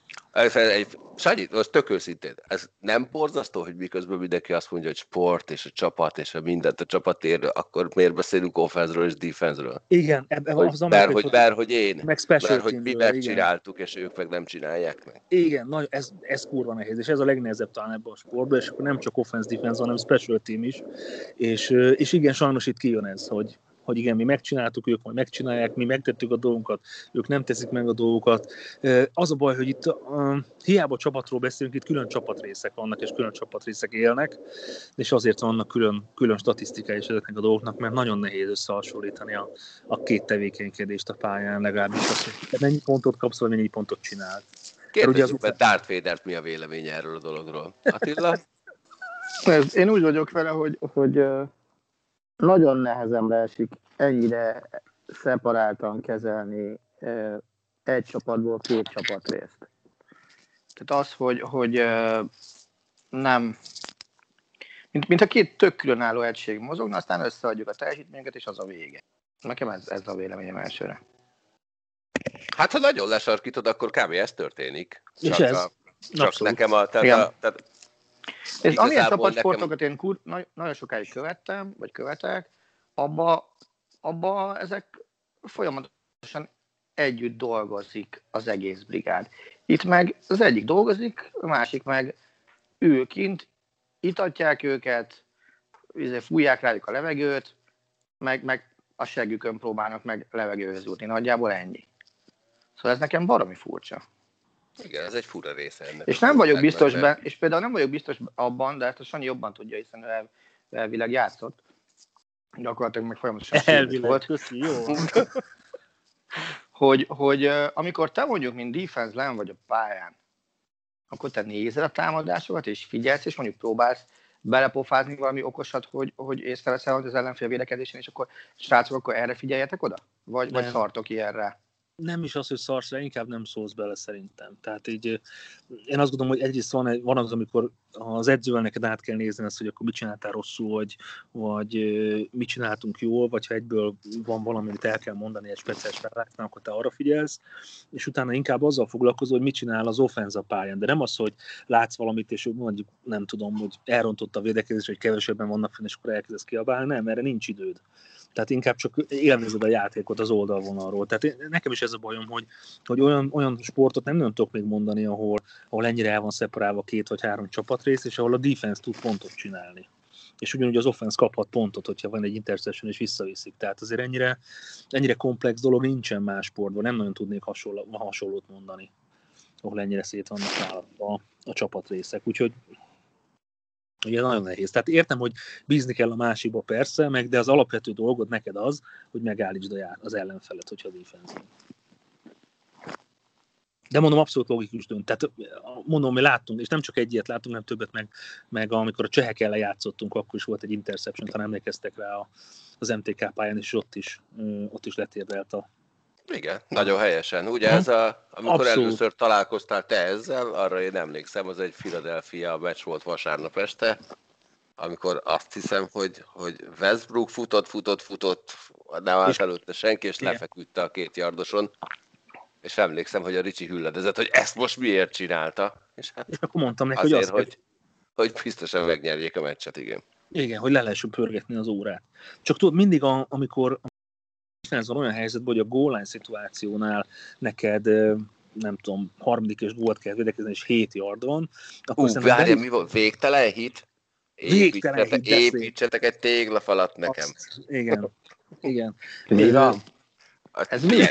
S3: Sanyi, most tök őszintén, ez nem borzasztó, hogy miközben mindenki azt mondja, hogy sport, és a csapat, és a mindent a csapatért, akkor miért beszélünk offense-ről és defense-ről?
S6: Igen, ebben
S3: hogy,
S6: az
S3: mert, hogy, mert, hogy én,
S6: meg
S3: mert hogy mi megcsináltuk, és ők meg nem csinálják meg.
S6: Igen, na, ez, ez kurva nehéz, és ez a legnehezebb talán ebben a sportban, és akkor nem csak offense-defense, hanem special team is, és, és igen, sajnos itt kijön ez, hogy hogy igen, mi megcsináltuk, ők majd megcsinálják, mi megtettük a dolgunkat, ők nem teszik meg a dolgokat. Az a baj, hogy itt uh, hiába csapatról beszélünk, itt külön csapatrészek vannak, és külön csapatrészek élnek, és azért vannak külön, külön statisztikai is ezeknek a dolgoknak, mert nagyon nehéz összehasonlítani a, a két tevékenykedést a pályán, legalábbis azt, hogy mennyi pontot kapsz, vagy mennyi pontot csinál.
S3: Kérdezzük meg Darth Vadert, mi a véleménye erről a dologról. Attila?
S7: Én úgy vagyok vele, hogy, hogy nagyon nehezemre esik ennyire szeparáltan kezelni egy csapatból két csapatrészt. Tehát az, hogy, hogy nem, mint, mint a két tök különálló egység mozogna, aztán összeadjuk a teljesítményeket, és az a vége. Nekem ez, ez a véleményem elsőre.
S3: Hát, ha nagyon lesarkítod, akkor kb. Ez történik. Csak,
S6: és ez?
S3: A, csak nekem a... Tehát a tehát
S7: és amilyen csapatsportokat nekem... én kur, nagyon sokáig követtem, vagy követek, abba, abba ezek folyamatosan együtt dolgozik az egész brigád. Itt meg az egyik dolgozik, a másik meg ül kint, itatják őket, fújják rájuk a levegőt, meg, meg a seggükön próbálnak meg levegőhöz jutni. Nagyjából ennyi. Szóval ez nekem baromi furcsa.
S3: Igen, ez egy fura része ennek.
S7: És nem vagyok biztos benne, és például nem vagyok biztos abban, de ezt a Sanyi jobban tudja, hiszen ő el, elvileg játszott. Gyakorlatilag meg folyamatosan
S6: elvileg, volt. Köszi, jó.
S7: hogy, hogy amikor te mondjuk, mint defense len vagy a pályán, akkor te nézed a támadásokat, és figyelsz, és mondjuk próbálsz belepofázni valami okosat, hogy, hogy észreveszel az ellenfél védekezésén, és akkor srácok, akkor erre figyeljetek oda? Vagy, vagy szartok ilyenre?
S6: Nem is az, hogy szarsz rá, inkább nem szólsz bele szerintem. Tehát így én azt gondolom, hogy egyrészt van, van az, amikor az edzővel neked át kell nézni ezt, hogy akkor mit csináltál rosszul, vagy, vagy mit csináltunk jól, vagy ha egyből van valami, amit el kell mondani egy speciális felállásnál, akkor te arra figyelsz, és utána inkább azzal foglalkozol, hogy mit csinál az offense a pályán. De nem az, hogy látsz valamit, és mondjuk nem tudom, hogy elrontott a védekezés, hogy kevesebben vannak fenn, és akkor elkezdesz kiabálni. Nem, erre nincs időd. Tehát inkább csak élvezed a játékot az oldalvonalról. Tehát nekem is ez a bajom, hogy, hogy olyan, olyan sportot nem nagyon tudok még mondani, ahol, ahol ennyire el van szeparálva két vagy három csapatrész, és ahol a defense tud pontot csinálni. És ugyanúgy az offense kaphat pontot, hogyha van egy interception és visszaviszik. Tehát azért ennyire, ennyire komplex dolog nincsen más sportban, nem nagyon tudnék hasonló, hasonlót mondani, ahol ennyire szét vannak választva a, a csapatrészek. Úgyhogy ugye nagyon nehéz. Tehát értem, hogy bízni kell a másikba persze, meg, de az alapvető dolgod neked az, hogy megállítsd az ellenfelet, hogyha a defense. De mondom, abszolút logikus dönt. Tehát mondom, mi láttunk, és nem csak egy ilyet láttunk, nem többet, meg, meg amikor a csehek ellen játszottunk, akkor is volt egy interception, talán emlékeztek rá az em té ká pályán, és ott is, ott is letérdelt a...
S3: Igen, nagyon helyesen. Ugye ez a, amikor abszolút. Először találkoztál te ezzel, arra én emlékszem, az egy Philadelphia meccs volt vasárnap este, amikor azt hiszem, hogy, hogy Westbrook futott, futott, futott, nem állt előtte senki, és igen. Lefeküdte a két yardoson, és emlékszem, hogy a Ricsi hülledezett, hogy ezt most miért csinálta. És, hát
S6: és akkor mondtam neki,
S3: azért,
S6: hogy azt
S3: hogy, hogy biztosan megnyerjék a meccset, igen.
S6: Igen, hogy le lehessen pörgetni az órát. Csak tudod, mindig a, amikor ez van olyan helyzetben, hogy a goal line szituációnál neked, nem tudom, harmadik és gólt kell védekezni, és hét yard van.
S3: Akkor Ú, várja, mi volt? Végtelen hit?
S6: Végtelen hit.
S3: Építsetek egy téglafalat nekem.
S6: Azt, igen, igen.
S7: Mi van? Ez mi?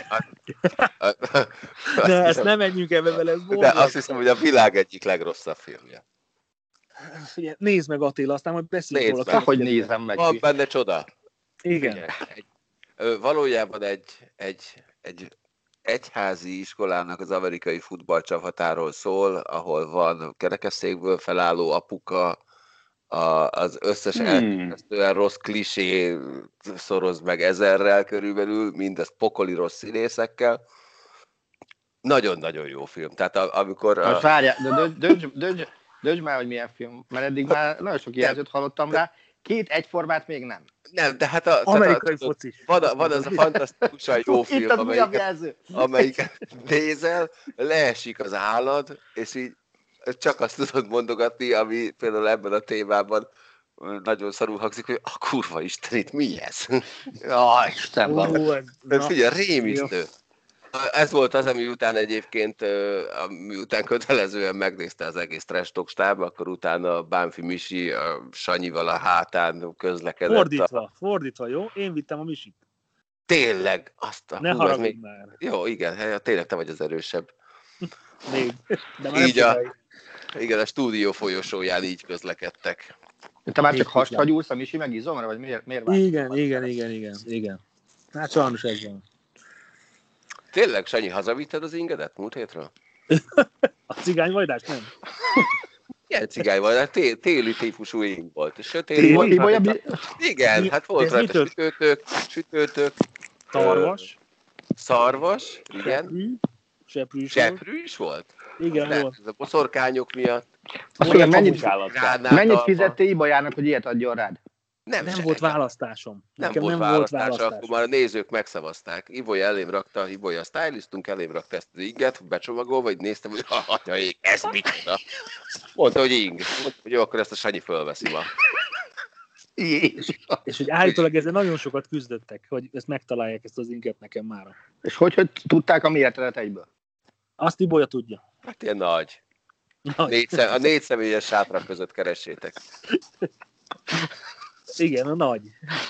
S6: De ezt nem menjünk ebbe vele, ez
S3: boldog. De azt hiszem, hogy a világ egyik legrosszabb filmje.
S6: Figyelj, nézd meg Attila, aztán majd beszéljünk róla.
S7: Hogy nézem meg.
S3: Van benne csoda.
S6: Igen.
S3: Igen. Egy, valójában egy, egy, egy egyházi iskolának az amerikai futballcsapatáról szól, ahol van kerekesszékből felálló apuka, a, az összes hmm. elképesztően rossz klisé szoroz meg ezerrel körülbelül, mindezt pokoli rossz színészekkel. Nagyon-nagyon jó film. Tehát a, amikor... A...
S7: Most várjál, de dönts, dönts, dönts már, hogy milyen film, mert eddig már nagyon sok jelzőt hallottam rá, két egyformát még nem.
S3: Nem, de hát a...
S6: Amerikai a, focis.
S3: Van, van az a fantasztikusan jó film, amelyiket, amelyiket nézel, leesik az állad, és így csak azt tudod mondogatni, ami például ebben a témában nagyon szarul hangzik, hogy a kurva Isten, itt mi ez? Jaj, Isten van. Ez figyelj, rémisztő. Ez volt az, ami után egyébként, miután kötelezően megnézte az egész Trash Talk stáb, akkor utána Bánfi Misi a Sanyival a hátán közlekedett.
S6: Fordítva, a... fordítva, jó? Én vittem a Misit.
S3: Tényleg, azt a
S6: Ne
S3: hú, ez
S6: haragudj
S3: még...
S6: már.
S3: Jó, igen, tényleg te vagy az erősebb.
S6: Még. De már
S3: Így
S6: nem
S3: a,
S6: tudom,
S3: igen, a stúdió folyosóján így közlekedtek.
S7: Te már csak
S6: Hétfőn.
S7: hasra gyúrsz a Misi meg izomra, vagy miért, miért vársz?
S6: Igen, igen, igen, igen, igen. Hát sajnos ez van.
S3: Tényleg, Sanyi, hazavitted az ingedet múlt hétről?
S6: A cigány vajdás nem.
S3: Ilyen cigány van, hát té- téli típusú ing volt. Sötét
S6: Téli?
S3: volt.
S7: Ibolya
S3: rajta. Igen,
S6: Mi-
S3: hát volt
S6: ez
S3: rajta
S6: mitől?
S3: sütőtök, sütőtök,
S6: Tarvas,
S3: szarvas, igen,
S6: seprű, seprű is volt.
S3: seprű is volt.
S6: Igen,
S3: Nem,
S6: volt.
S3: ez a boszorkányok miatt.
S7: Azt mondja, mennyit,
S3: Gránát
S7: mennyit
S3: alma.
S7: fizettél Ibolyának, hogy ilyet adjon rád?
S3: Nem,
S6: Nem
S3: se-
S6: volt választásom.
S3: Nem
S6: Nekem
S3: volt
S6: nem
S3: választás,
S6: volt választás.
S3: akkor már a nézők megszavazták. Ibolya elém rakta, Ibolya a stylistunk elém rakta ezt az inget, becsomagolva, vagy néztem, hogy atyaik, ez micsoda. Mondta, hogy ing. Mondta, hogy jó, akkor ezt a Sanyi fölveszi ma.
S6: És, és hogy állítólag ezzel nagyon sokat küzdöttek, hogy ezt megtalálják, ezt az inget nekem mára.
S7: És hogy, hogy tudták a méretedet egyből?
S6: Azt Ibolya tudja.
S3: Hát ilyen nagy.
S6: Nagy.
S3: Négy szem, a négy személyes sátrak között keressétek.
S6: Igen, a nagy.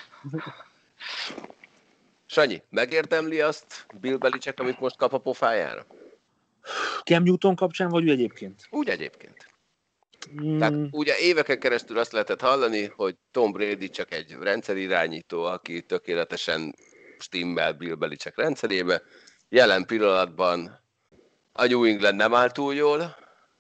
S3: Sanyi, megérdemli azt Bill Belichick, amit most kap a pofájára?
S6: Cam Newton kapcsán, vagy ő egyébként?
S3: Úgy egyébként.
S6: Mm,
S3: Tehát ugye éveken keresztül azt lehetett hallani, hogy Tom Brady csak egy rendszerirányító, aki tökéletesen stimmel Bill Belichick rendszerébe. Jelen pillanatban a New England nem áll túl jól.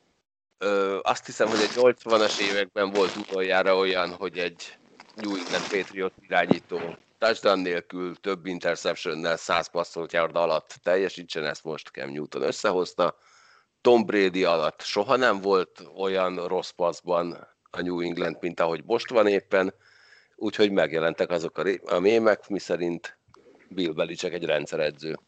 S3: Ö, azt hiszem, hogy egy nyolcvanas években volt utoljára olyan, hogy egy New England Patriot irányító touchdown nélkül, több interceptionnel, száz passzolt yard alatt teljesítsen, ezt most Cam Newton összehozta. Tom Brady alatt soha nem volt olyan rossz passzban a New England, mint ahogy most van éppen, úgyhogy megjelentek azok a, ré- a mémek, miszerint Bill Belichick egy rendszeredző.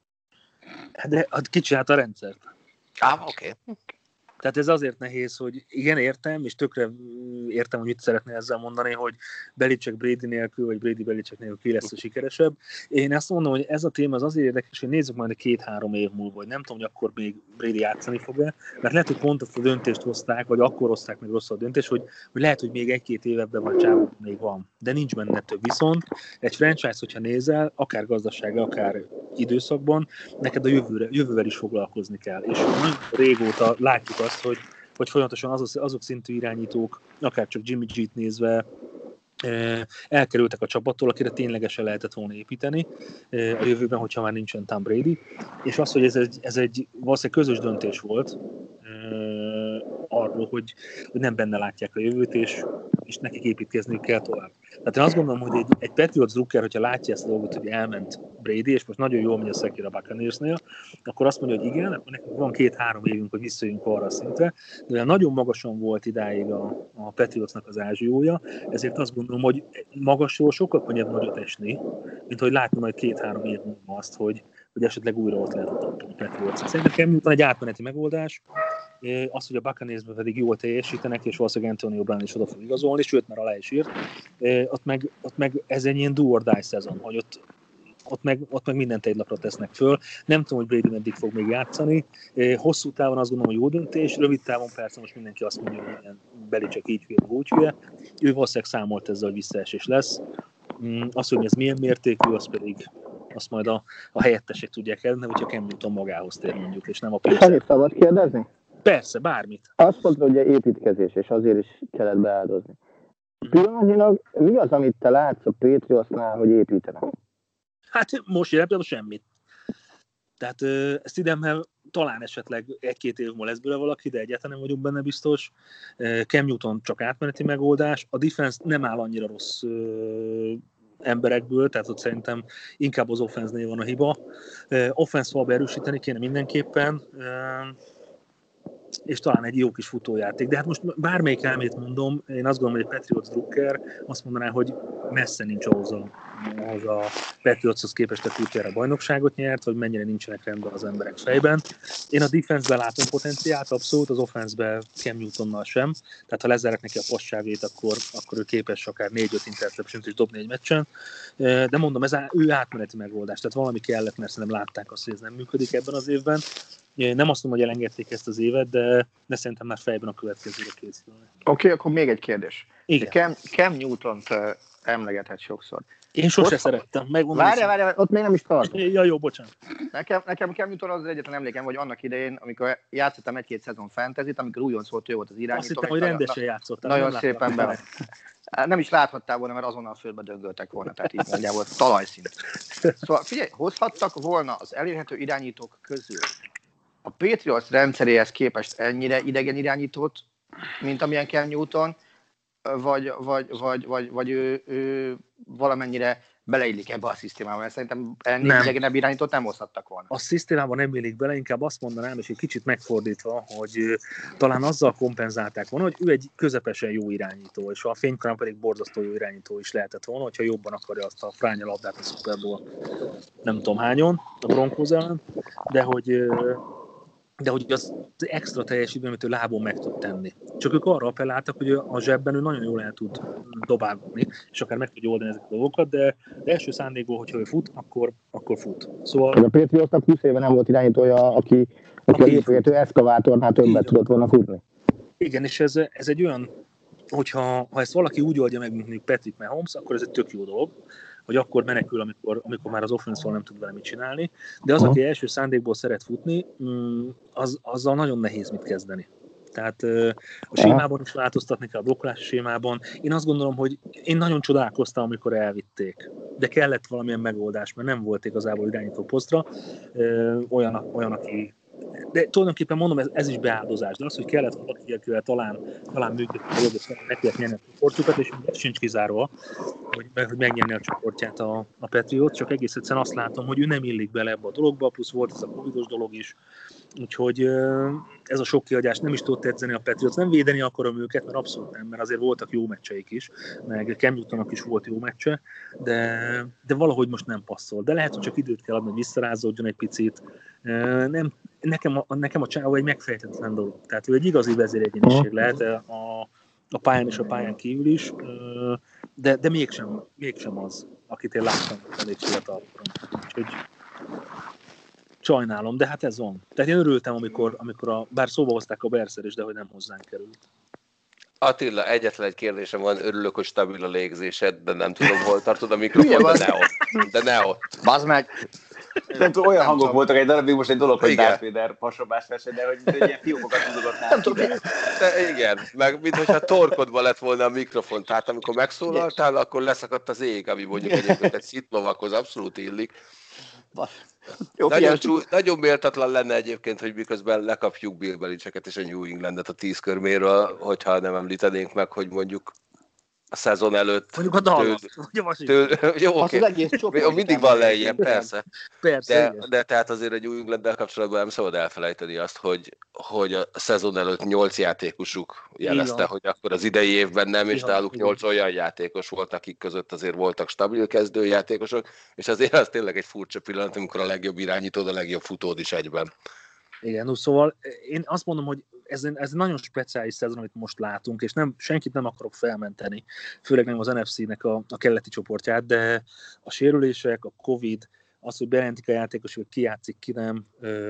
S6: de hát kicsinált a rendszert.
S3: Á, oké. Okay.
S6: Tehát ez azért nehéz, hogy igen, értem, és tökre értem, hogy mit szeretné ezzel mondani, hogy Belichick Brady nélkül, vagy Brady Belichick nélkül ki lesz a sikeresebb. Én azt mondom, hogy ez a téma az azért érdekes, hogy nézzük majd a két-három év múlva, vagy nem tudom, hogy akkor még Brady játszani fog-e, mert lehet, hogy pont azt a döntést hozták, vagy akkor hozták meg rossz a döntés, hogy, hogy lehet, hogy még egy-két évben vagy csávon még van, de nincs benne több. Viszont egy franchise, hogyha nézel, akár gazdasága, akár időszakban, neked a jövőre, jövővel is foglalkozni kell. És nagyon régóta látjuk azt, hogy, hogy folyamatosan azok, azok szintű irányítók, akár csak Jimmy G-t nézve, elkerültek a csapattól, akire ténylegesen lehetett volna építeni a jövőben, hogyha már nincsen Tom Brady. És az, hogy ez egy, ez egy valószínűleg közös döntés volt arról, hogy, hogy nem benne látják a jövőt, és, és nekik építkezniük kell tovább. Tehát én azt gondolom, hogy egy, egy Patriots drukker, hogyha látja ezt a dolgot, hogy elment Brady, és most nagyon jól megy a szekére a Buccaneersnél, akkor azt mondja, hogy igen, akkor nekünk van két-három évünk, hogy visszajöjjünk arra a szintre, de nagyon magasan volt idáig a, a Patriotsnak az ázsiója, ezért azt gondolom, hogy magasról sokkal könnyebb nagyot esni, mint hogy látni majd két-három év múlva azt, hogy, hogy esetleg újra ott lehet a Patriots. Szerintem Cam Newton egy átmeneti megoldás, az, hogy a Buccaneersben pedig jól teljesítenek, és valószínűleg Antonio Brown is oda fog igazolni, sőt, már alá is írt, ott meg, ott meg ez egy ilyen do or die szezon, hogy ott, ott, meg, ott meg mindent egy lapra tesznek föl. Nem tudom, hogy Brady meddig fog még játszani. Hosszú távon azt gondolom, hogy jó döntés, rövid távon persze most mindenki azt mondja, hogy ilyen Belichick így hülye, úgy hülye. Ő valószínűleg számolt ezzel, hogy visszaesés lesz. Az, hogy ez milyen mértékű, az pedig azt majd a, a helyettesek tudják elni, hogyha Cam Newton magához tér mondjuk, és nem a pénzzel.
S7: Sanyi, szabad kérdezni?
S6: Persze, bármit.
S7: Azt mondta, hogy építkezés, és azért is kellett beáldozni. Pillanatnyilag mi az, amit te látsz a Patriotsnál, hogy építenek?
S6: Hát most jelen például semmit. Tehát ezt idemmel talán esetleg egy-két év múlva lesz belőle valaki, de egyáltalán nem vagyunk benne biztos. Cam Newton csak átmeneti megoldás. A defense nem áll annyira rossz emberekből, tehát ott szerintem inkább az offense-nél van a hiba. Offense falba erősíteni kéne mindenképpen, és talán egy jó kis futójáték. De hát most bármelyik elmét mondom, én azt gondolom, hogy egy Patriots drukker azt mondaná, hogy messze nincs ahhoz a, ahhoz a Patriotshoz képest, a a bajnokságot nyert, hogy mennyire nincsenek rendben az emberek fejben. Én a defense-ben látom potenciált, abszolút, az offense-ben Cam Newtonnal sem. Tehát ha lezárják neki a passzsávét, akkor, akkor ő képes akár négy-öt interceptiont is dobni egy meccsen. De mondom, ez á, ő átmeneti megoldás. Tehát valami kellett, mert szerintem látták azt, hogy ez nem működik ebben az évben. Nem azt mondom, hogy elengedték ezt az évet, de, de szerintem már fejben a következőre készülnek.
S7: Oké, okay, akkor még egy kérdés.
S6: Igen.
S7: Cam, Cam Newtont uh, emlegetett sokszor.
S6: Én sose ott szerettem.
S7: Várjál, várjál, ott még nem is tart.
S6: Ja, jó, bocsánat.
S7: Nekem, nekem Cam Newton az egyetlen emlékem, hogy annak idején, amikor játszottam egy-két szezon fantasyt, amikor újonc volt, ő volt az irányító.
S6: Azt hittem, hogy rendesen játszottál.
S7: Nagyon szépen be. Nem is láthattál volna, mert azonnal földbe döngöltek volna, tehát így nagyjából talajszint. Szóval figyelj, hozhattak volna az elérhető irányítók közül a Patriots rendszeréhez képest ennyire idegen irányítót, mint amilyen Cam Newton, vagy, vagy, vagy, vagy, vagy ő, ő valamennyire beleillik ebbe a szisztémába, mert szerintem ennél idegenebb irányítót nem hozhattak volna.
S6: A szisztémában nem illik bele, inkább azt mondanám, és egy kicsit megfordítva, hogy talán azzal kompenzálták volna, hogy ő egy közepesen jó irányító, és a fénykorán pedig borzasztó jó irányító is lehetett volna, hogyha jobban akarja azt a fránya labdát a Super Bowl nem tudom hányon, a Broncos ellen, de hogy de hogy az extra teljesítmény, amit ő lábon meg tud tenni. Csak ők arra appelláltak, hogy a zsebben ő nagyon jól el tud dobálni, és akár meg tudja oldani ezeket a dolgokat, de, de első szándékból, hogyha ő fut, akkor, akkor fut. Szóval...
S7: A Patriotsnak húsz éve nem volt irányítója, aki, aki a lépegető eszkavátornál többet tudott volna futni.
S6: Igen, és ez, ez egy olyan, hogyha ha ezt valaki úgy oldja meg, mint mondjuk Patrick Mahomes, akkor ez egy tök jó dolog, hogy akkor menekül, amikor, amikor már az offense-val nem tud vele mit csinálni, de az, aki első szándékból szeret futni, az, azzal nagyon nehéz mit kezdeni. Tehát a sémában is változtatni kell, a blokkolási sémában. Én azt gondolom, hogy én nagyon csodálkoztam, amikor elvitték, de kellett valamilyen megoldás, mert nem volt igazából irányító posztra olyan, olyan aki... De tulajdonképpen mondom, ez, ez is beáldozás, de az, hogy kellett valaki, akivel talán, talán működni a jogot, meg kellett nyerni a csoportjukat, és ez sincs kizárva, hogy, hogy megnyerni a csoportját a, a Patriot, csak egész egyszerűen azt látom, hogy ő nem illik bele ebbe a dologba, plusz volt ez a covidos dolog is, úgyhogy ez a sok kiadás nem is tudott edzeni a Patriots, nem védeni akarom őket, mert abszolút nem, mert azért voltak jó meccseik is, meg Cam Newtonnak is volt jó meccse, de, de valahogy most nem passzol. De lehet, hogy csak időt kell adni, hogy visszarázódjon egy picit. Nem, nekem, a, nekem a Csávó egy megfejtetlen dolog. Tehát ő egy igazi vezéregyéniség lehet a, a pályán és a pályán kívül is, de, de mégsem, mégsem az, akit én láttam elég fiatalban. Úgyhogy sajnálom, de hát ez van. Tehát én örültem, amikor, amikor a, bár szóba hozták a Berszer is, de hogy nem hozzánk került.
S3: Attila, egyetlen egy kérdésem van, örülök, hogy stabil a légzésed, de nem tudom, hol tartod a mikrofon, de ne ott. De ne ott.
S7: Bazd meg!
S5: Nem tudom, olyan hangok voltak egy darabig, most egy dolog, hogy Darth Vader pasobás verseny, de hogy ilyen fiókokat tudogatnál. Nem tudom,
S3: de igen, meg mintha torkodban lett volna a mikrofon, tehát amikor megszólaltál, akkor leszakadt az ég, ami mondjuk egyébként egy szitlovakhoz abszolút illik. Jó, nagyon, csú, nagyon méltatlan lenne egyébként, hogy miközben lekapjuk Bill Belichicket és a New Englandet a tíz körméről, hogyha nem említenénk meg, hogy mondjuk a szezon előtt...
S6: Mondjuk a Dallas,
S3: től, től, jó, oké. Okay. Mindig van lejjebb, persze.
S6: persze
S3: de, de tehát azért a New Englanddel kapcsolatban nem szabad elfelejteni azt, hogy, hogy a szezon előtt nyolc játékosuk jelezte, hogy akkor az idei évben nem, és náluk nyolc olyan játékos volt, akik között azért voltak stabil kezdőjátékosok, és azért az tényleg egy furcsa pillanat, amikor a legjobb irányítód, a legjobb futód is egyben.
S6: Igen, szóval én azt mondom, hogy ez, ez nagyon speciális szezon, amit most látunk, és nem, senkit nem akarok felmenteni, főleg nem az en ef cé-nek a, a keleti csoportját, de a sérülések, a Covid, az, hogy bejelentik a játékos, hogy ki játszik, ki nem,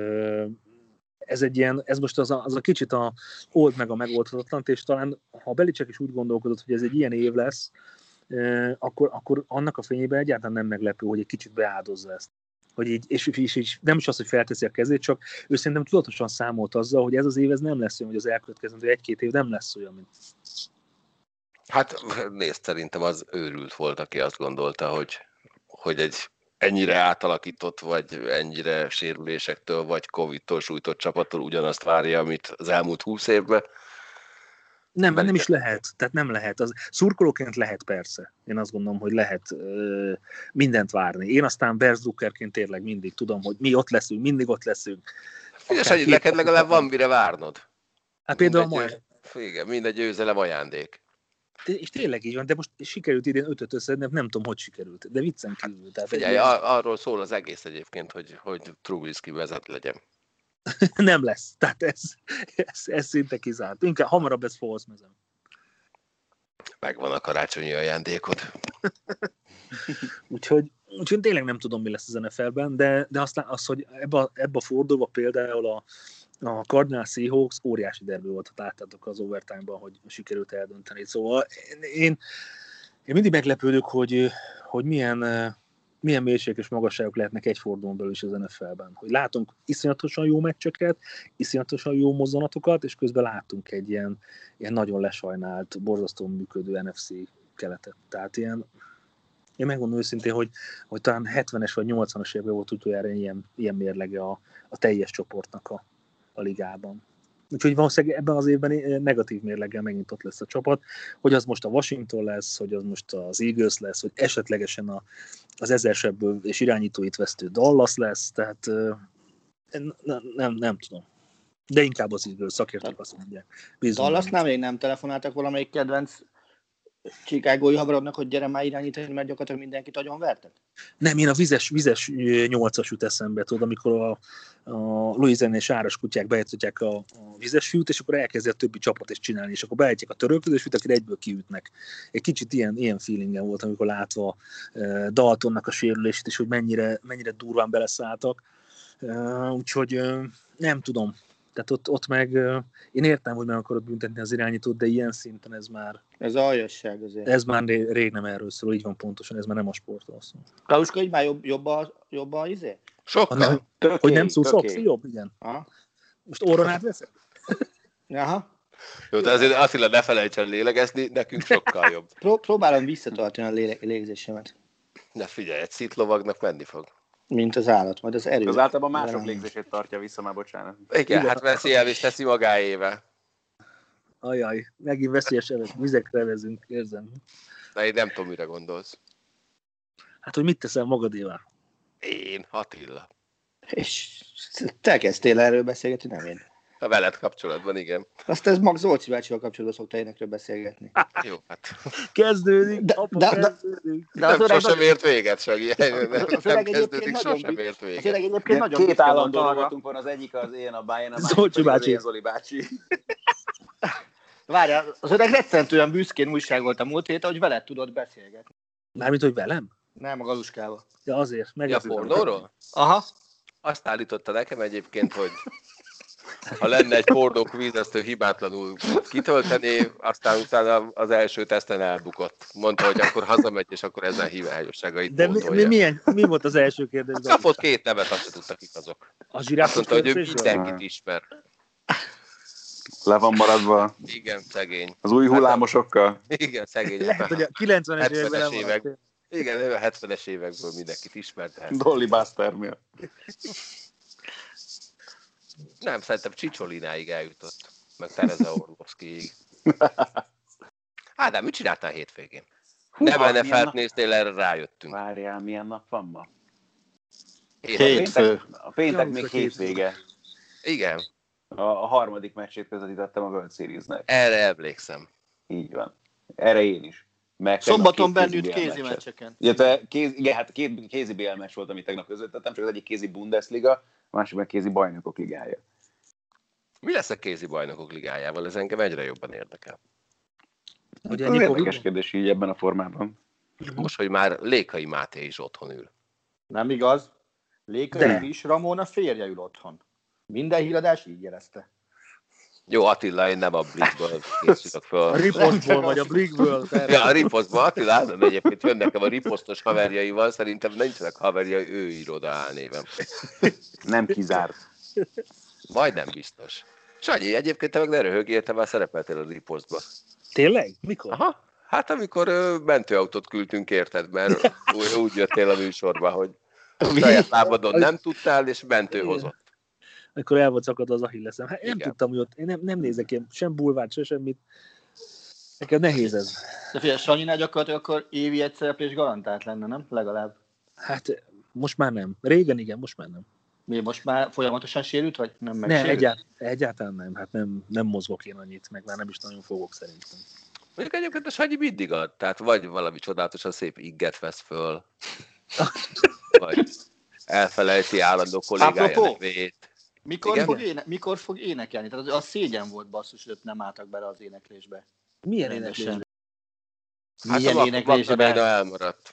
S6: ez egy ilyen, ez most az a, az a kicsit a old meg a megoldhatatlant, és talán ha Belichick is úgy gondolkodott, hogy ez egy ilyen év lesz, akkor, akkor annak a fényében egyáltalán nem meglepő, hogy egy kicsit beáldozza ezt. Hogy így, és, és, és nem is az, hogy felteszi a kezét, csak ő szerintem tudatosan számolt azzal, hogy ez az év ez nem lesz olyan, hogy az elkövetkezendő egy-két év nem lesz olyan, mint...
S3: Hát nézd, szerintem az őrült volt, aki azt gondolta, hogy, hogy egy ennyire átalakított, vagy ennyire sérülésektől, vagy Covid-tól sújtott csapattól ugyanazt várja, amit az elmúlt húsz évben.
S6: Nem, nem is lehet, tehát nem lehet. Az, szurkolóként lehet persze. Én azt gondolom, hogy lehet ö, mindent várni. Én aztán Bears Druckerként tényleg mindig tudom, hogy mi ott leszünk, mindig ott leszünk.
S3: Figyelj, hogy neked legalább van mire várnod.
S6: Hát például majd.
S3: Igen, mindegy győzelem ajándék.
S6: És tényleg így van, de most sikerült idén ötöt összedni, nem tudom, hogy sikerült, de viccen kívül. Tehát
S3: figyelj,
S6: egy...
S3: arról szól az egész egyébként, hogy, hogy Trubisky vezet legyen.
S6: Nem lesz, tehát ez, ez, ez szinte kizárt. Inkább hamarabb ez Foles mezem.
S3: Megvan a karácsonyi ajándékod.
S6: úgyhogy, úgyhogy tényleg nem tudom, mi lesz az en ef el-ben, de, de aztán az, hogy ebbe a, ebbe a fordulva például a, a Cardinals Seahawks óriási derbi volt, ha láttátok az overtime-ban, hogy sikerült eldönteni. Szóval én, Én mindig meglepődök, hogy, hogy milyen, milyen mérsékes magasságok lehetnek egy fordulón belül is az en ef el-ben. Hogy látunk iszonyatosan jó meccseket, iszonyatosan jó mozzanatokat, és közben látunk egy ilyen, ilyen nagyon lesajnált, borzasztóan működő en ef cé keletet. Tehát ilyen, én megmondom őszintén, hogy, hogy talán hetvenes vagy nyolcvanas évben volt utoljára ilyen, ilyen mérlege a, a teljes csoportnak a, a ligában. Úgyhogy valószínűleg ebben az évben negatív mérleggel megint ott lesz a csapat, hogy az most a Washington lesz, hogy az most az Eagles lesz, hogy esetlegesen a, az ezer-sebből és irányítóit vesztő Dallas lesz, tehát nem, nem, nem tudom. De inkább az Eagles, szakértők azt mondják.
S7: Dallasnál még nem telefonáltak valamelyik kedvenc Chicago-i haverodnak, hogy gyere már irányítani, mert gyakorlatilag mindenkit agyon vertek?
S6: Nem, én a vizes, vizes nyolcas jut eszembe, tudod, amikor a, a Louisiana és Áras kutyák beállították a, a vizes fiút, és akkor elkezdi a többi csapat is csinálni, és akkor beállítják a törölközős fiút, akire egyből kiütnek. Egy kicsit ilyen, ilyen feelingen volt, amikor látva uh, Daltonnak a sérülését, és hogy mennyire, mennyire durván beleszálltak. Uh, úgyhogy uh, nem tudom. Tehát ott, ott meg uh, én értem, hogy meg akarod büntetni az irányítót, de ilyen szinten ez már...
S7: Ez a aljasság azért.
S6: Ez már rég nem erről szól, így van pontosan, ez már nem a sportról szól.
S7: Klauska, így már jobb, jobb, a, jobb a izé?
S3: Sokkal.
S6: Töké, hogy nem szólsz, okay. Jobb, igen. Aha. Most orron átveszed?
S7: Aha.
S3: Jó, de azért Attila ne felejtsen lélegezni, nekünk sokkal jobb.
S7: Pró- próbálom visszatartani a lé- légzésemet.
S3: Ne figyelj, egy szitlovagnak menni fog.
S7: Mint az állat, majd az erő.
S5: Az általában mások légzését tartja vissza, már bocsánat.
S3: Igen, Igen, hát veszi el és teszi magáével.
S6: Ajaj, megint veszélyes vizekre vezünk, érzem.
S3: Na, én nem tudom, mire gondolsz.
S6: Hát, hogy mit teszel magadével?
S3: Én, Attila.
S7: És te kezdtél erről beszélgetni, nem én.
S3: A veled kapcsolatban, igen.
S7: Azt ez Max Zolci bácsival kapcsolatban szokta énekről beszélgetni.
S3: Jó, hát.
S6: Kezdődik,
S7: de,
S6: apa,
S7: de,
S6: kezdődik.
S7: De, de
S3: nem sosem nagyon... ért véget, Sagi. Nem, nem kezdődik, sosem
S7: nagyon...
S3: ért véget.
S7: Egyébként nagyon
S5: két állandó voltunk van, az egyik az én a Bájén, a másik az én Zoli bácsi.
S7: Várjál, az öreg rettentően büszkén újságolta múlt héten, hogy veled tudod beszélgetni.
S6: Mármint, hogy velem?
S7: Nem, a Galuskával.
S6: Ja, azért.
S3: Ja, a pornóról?
S7: Aha.
S3: Azt állította nekem egyébként, hogy ha lenne egy pornókvíz, azt ő hibátlanul kitöltené, aztán utána az első teszten elbukott. Mondta, hogy akkor hazamegy, és akkor ezen hiányosságait
S6: De mi, mi, milyen, mi volt az első kérdés?
S3: Hát kapott két nevet, azt se tudta, kik azok.
S6: A zsiráfos
S3: azt mondta, hogy ő mindenkit ismer.
S5: Le van maradva.
S3: Igen, szegény.
S5: Az új hullámosokkal.
S3: Igen, szegény.
S6: Lehet, hogy a kilencvenes években
S3: évek. Igen, ő a hetvenes évekből mindenkit ismert.
S5: Dolly Busternél.
S3: Nem, szerintem Csicsolináig eljutott, meg Tereza Orlovszkiig. Hát, de mit csináltál hétvégén? Nem en ef el-t néztél, erre rájöttünk.
S5: Várjál, milyen nap van ma?
S7: Hétfő.
S5: A péntek még hétvége.
S3: Igen.
S5: A, a harmadik meccsét közvetítettem a World Series-nek.
S3: Erre emlékszem.
S5: Így van. Erre én is. Meg
S7: szombaton bennült kézi meccseken.
S5: Igen, kéz, igen, hát két kézi bé el meccs volt, amit tegnap közvetítettem, csak az egyik kézi Bundesliga, a másik meg kézi bajnokok ligája.
S3: Mi lesz a kézi bajnokok ligájával? Ez engem egyre jobban érdekel.
S5: Ugye ez érdekes kérdés így ebben a formában.
S3: Most, hogy már Lékai Máté is otthon ül.
S7: Nem igaz. Lékai is, Ramona férje ül otthon. Minden híradás így jelezte.
S3: Jó, Attila, én nem a Blitzből készülök fel.
S6: A riposztból vagy a Blitzből.
S3: Ja, a riposztból. Attila állandóan egyébként jön nekem a riposztos haverjaival, szerintem nincsenek haverjai, ő iroda álnévem.
S5: Nem kizárt.
S3: Majdnem biztos. Sanyi, egyébként te meg ne röhögjél, te már szerepeltél a riposztba.
S6: Tényleg? Mikor?
S3: Aha. Hát amikor ö, mentőautót küldtünk, érted, mert úgy, úgy jöttél a műsorba, hogy saját lábadon nem tudtál, és mentő hozott.
S6: Akkor el volt szakadva az Achilleszem. Hát nem tudtam, hogy ott, én nem, nem nézek ilyen sem bulvárt, se semmit. Nekem nehéz ez.
S7: De figyelj, Sanyinál gyakorlatilag akkor évi egy szereplés garantált lenne, nem? Legalább.
S6: Hát most már nem. Régen igen, most már nem.
S7: Mi, most már folyamatosan sérült, vagy nem
S6: megsérült? Nem, egyáltalán, egyáltalán nem. Hát nem, nem mozgok én annyit, meg már nem is nagyon fogok szerintem.
S3: Mondjuk egyébként a Sanyi mindig ad, tehát vagy valami csodálatosan szép igget vesz föl, vagy elfelejti állandó kollégája nevét.
S7: Mikor fog, éne, mikor fog énekelni? Tehát az, az szégyen volt, basszus, hogy nem álltak bele az éneklésbe.
S6: Milyen éneklésbe?
S3: Hát milyen a éneklésbe? elmaradt.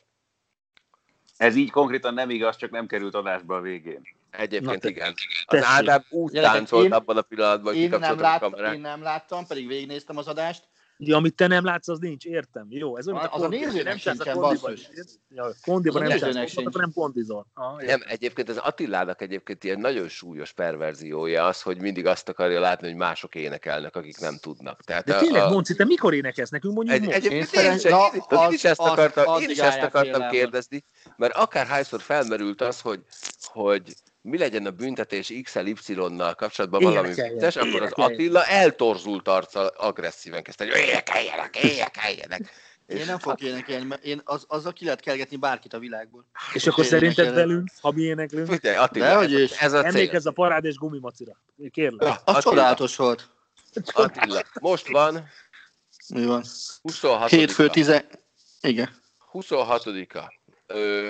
S5: Ez így konkrétan nem igaz, csak nem került adásba a végén.
S3: Egyébként Na, igen. Az Ádám úgy táncolt abban a pillanatban, hogy
S7: én nem, lát, én nem láttam, pedig végignéztem az adást.
S6: Ja, amit te nem látsz, az nincs, értem. Jó, ez olyan,
S7: az a nézőnek sincsen basszus.
S6: Ja, kondiban nem csinálsz, nem kondizol. Ah,
S3: nem, egyébként az Attilának egyébként ilyen nagyon súlyos perverziója az, hogy mindig azt akarja látni, hogy mások énekelnek, akik nem tudnak. Tehát
S6: de
S3: a,
S6: tényleg,
S3: a...
S6: Monci, te mikor énekelsz nekünk, mondjuk
S3: egy,
S6: most?
S3: Egyébként
S7: én,
S3: én, én,
S7: na,
S3: én, én is ezt akartam,
S7: az,
S3: én is ezt akartam kérdezni, mert akárhányszor felmerült az, hogy, hogy mi legyen a büntetés X-el Y-nal kapcsolatban valami büntetés, akkor az Attila eltorzult arccal agresszíven kezdte, hogy énekeljenek, énekeljenek.
S7: Én nem fogok énekelni, mert én az, azzal ki lehet kergetni bárkit a világból.
S6: És, és akkor szerinted velünk, ha mi éneklünk?
S3: Figyelj, Attila,
S7: de,
S3: ez,
S7: is.
S3: ez a cél.
S6: Emlékezz a parádés gumimacira. Kérlek.
S7: Ja, az csodálatos volt.
S3: Attila, most van.
S7: Mi van?
S3: huszonhatodika
S7: Hétfő tizen... Igen.
S3: huszonhatodika Ö,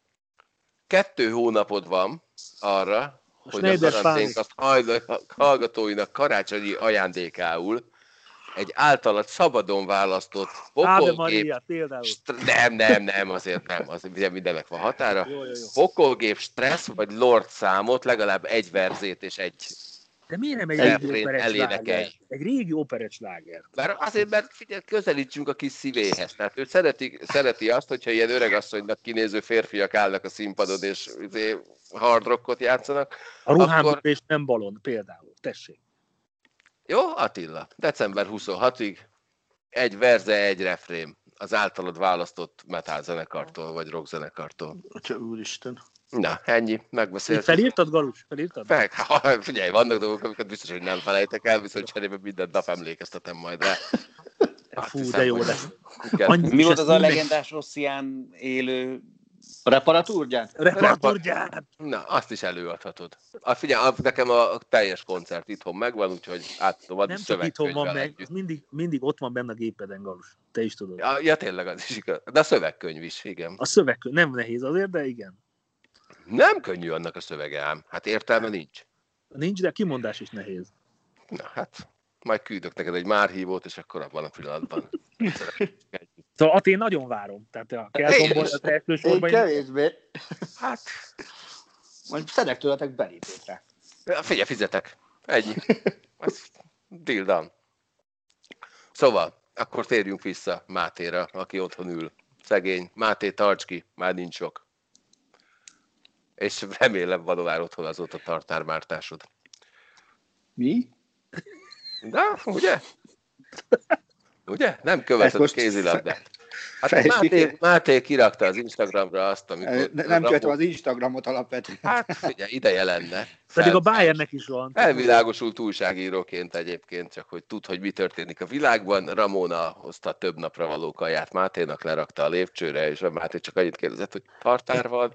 S3: kettő hónapod van arra, most hogy a karanténk azt hallgatóinak karácsonyi ajándékául egy általad szabadon választott
S6: fokolgép...
S3: St- nem, nem, nem, azért nem, azért ugye mindennek van határa. Jó, jó, jó. Fokolgép, stressz vagy Lord számot, legalább egy verzét és egy...
S6: De miért nem egy régi operettsláger? Egy régi operettsláger.
S3: Mert azért, mert figyelj, közelítsünk a kis szívéhez. Tehát ő szereti, szereti azt, hogyha ilyen öregasszonynak kinéző férfiak állnak a színpadon, és hard rockot játszanak.
S6: A ruhámban akkor... és nem balon, például. Tessék.
S3: Jó, Attila, december huszonhatodikáig egy verze, egy refrém az általad választott metal zenekartól, vagy rock zenekartól.
S7: Atya úristen.
S3: Na, ennyi, megbeszéltük.
S6: Felírtad, Galus? Felírtad?
S3: Fel, ha, figyelj, vannak dolgok, amiket biztos, hogy nem felejtek el, viszont cserébe minden nap emlékeztetem majd rá.
S6: Fú, hiszem, de jó lesz.
S5: Mi volt az a legendás Ossian élő...
S7: A reparatúrgyár?
S6: Reparatúrgyár!
S3: Na, azt is előadhatod. A, figyelj, nekem a teljes koncert itthon megvan, úgyhogy át tudom adni szövegkönyvvel.
S6: Nem csak itthon van meg, mindig, mindig ott van benne a gépeden, Galus. Te is tudod.
S3: Ja, ja, tényleg az is igaz. De a szövegkönyv is, igen.
S6: A szövegkönyv nem nehéz azért, de igen.
S3: Nem könnyű annak a szövege ám. Hát értelme nincs.
S6: Nincs, de a kimondás is nehéz.
S3: Na hát, majd küldök neked egy márhívót, és akkor abban a pillanatban.
S6: Szóval Ati, én nagyon várom. Tehát a Keltomból az első sorban...
S7: Én kevésbé. Hát, majd szedek tőletek belépétre.
S3: Figyelj, fizetek. Ennyi. Deal done. Szóval, akkor térjünk vissza Mátéra, aki otthon ül. Szegény. Máté, tarts ki, már nincs sok. És remélem van már otthon azóta tartármártásod.
S7: Mi?
S3: Na, ugye? Ugye? Nem követed a kézilabdát. Hát Máté, Máté kirakta az Instagramra azt, amikor...
S7: Ne, nem követem az Instagramot alapvetően.
S3: Hát figyelj, ideje lenne.
S6: Pedig a Bayernnek is van.
S3: Elvilágosult újságíróként egyébként, csak hogy tud, hogy mi történik a világban. Ramona hozta több napra való kaját Máténak, lerakta a lépcsőre, és a Máté csak annyit kérdezett, hogy tartár van.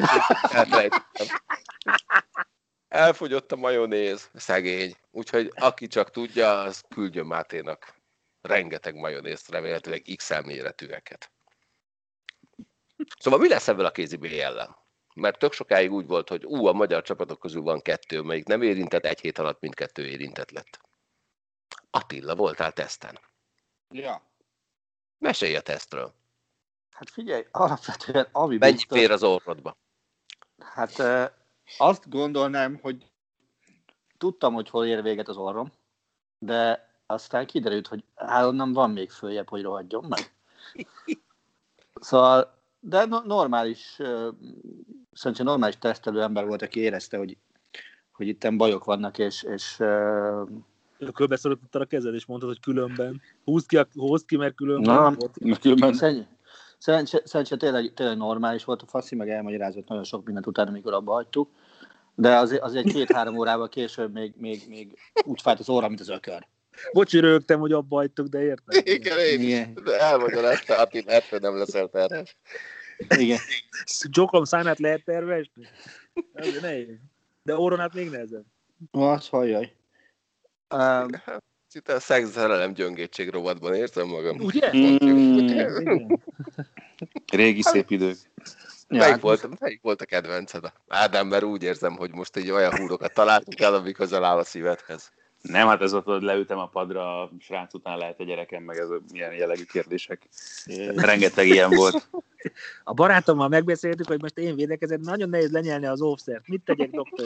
S3: Elfogyott a majonéz, szegény. Úgyhogy aki csak tudja, az küldjön Máténak rengeteg majonézt, remélhetőleg iksz el méretűeket. Szóval mi lesz ebből a kézi bé ellen? Mert tök sokáig úgy volt, hogy ú, a magyar csapatok közül van kettő, melyik nem érintett, egy hét alatt mindkettő érintett lett. Attila, voltál teszten.
S7: Ja.
S3: Mesélj a tesztről.
S7: Hát figyelj, alapvetően ami
S3: Mennyi
S7: biztos...
S3: fér az orrodba?
S7: Hát e, azt gondolnám, hogy tudtam, hogy hol ér véget az orrom, de aztán kiderült, hogy állonnan van még följebb, hogy rohadjon meg. Szóval, de no, normális, uh, szerintem normális tesztelő ember volt, aki érezte, hogy, hogy itten bajok vannak, és... és uh,
S6: Ökölbeszorítottad a kezed, és mondtad, hogy különben. Húzd ki, a, húzd ki mert különben
S7: na,
S6: volt.
S7: Különben. Szerencsére szerencsé tényleg, tényleg normális volt a faszi, meg elmagyarázott nagyon sok mindent utána, amikor abba hagytuk. De azért, azért két-három órával később még, még, még úgy fájt az óra, mint az ökör.
S6: Bocsi, rögtem, hogy abba hagytuk, de értem.
S3: Igen, én is. De elmagyarázta, Attila, ettől nem leszel terves.
S7: Igen.
S6: Csokom szánát lehet tervesni? Ez nehéz. De óron át még nehezebb.
S7: Az, hajjaj. Um,
S3: Itt a szexszerelem gyöngétség rovatban érzem magam.
S6: Ugye?
S5: Mm. Régi szép idők.
S3: Melyik, ja, volt, melyik volt a kedvenced? Ádám, mert úgy érzem, hogy most egy olyan húrokat találtunk el, ami közel áll a szívedhez.
S5: Nem, hát ez ott, hogy leültem a padra, a srác után lehet a gyerekem, meg ez milyen jellegű kérdések. Rengeteg ilyen volt.
S6: A barátommal megbeszéltük, hogy most én védekezem, nagyon nehéz lenyelni az offszert. Mit tegyek, doktor?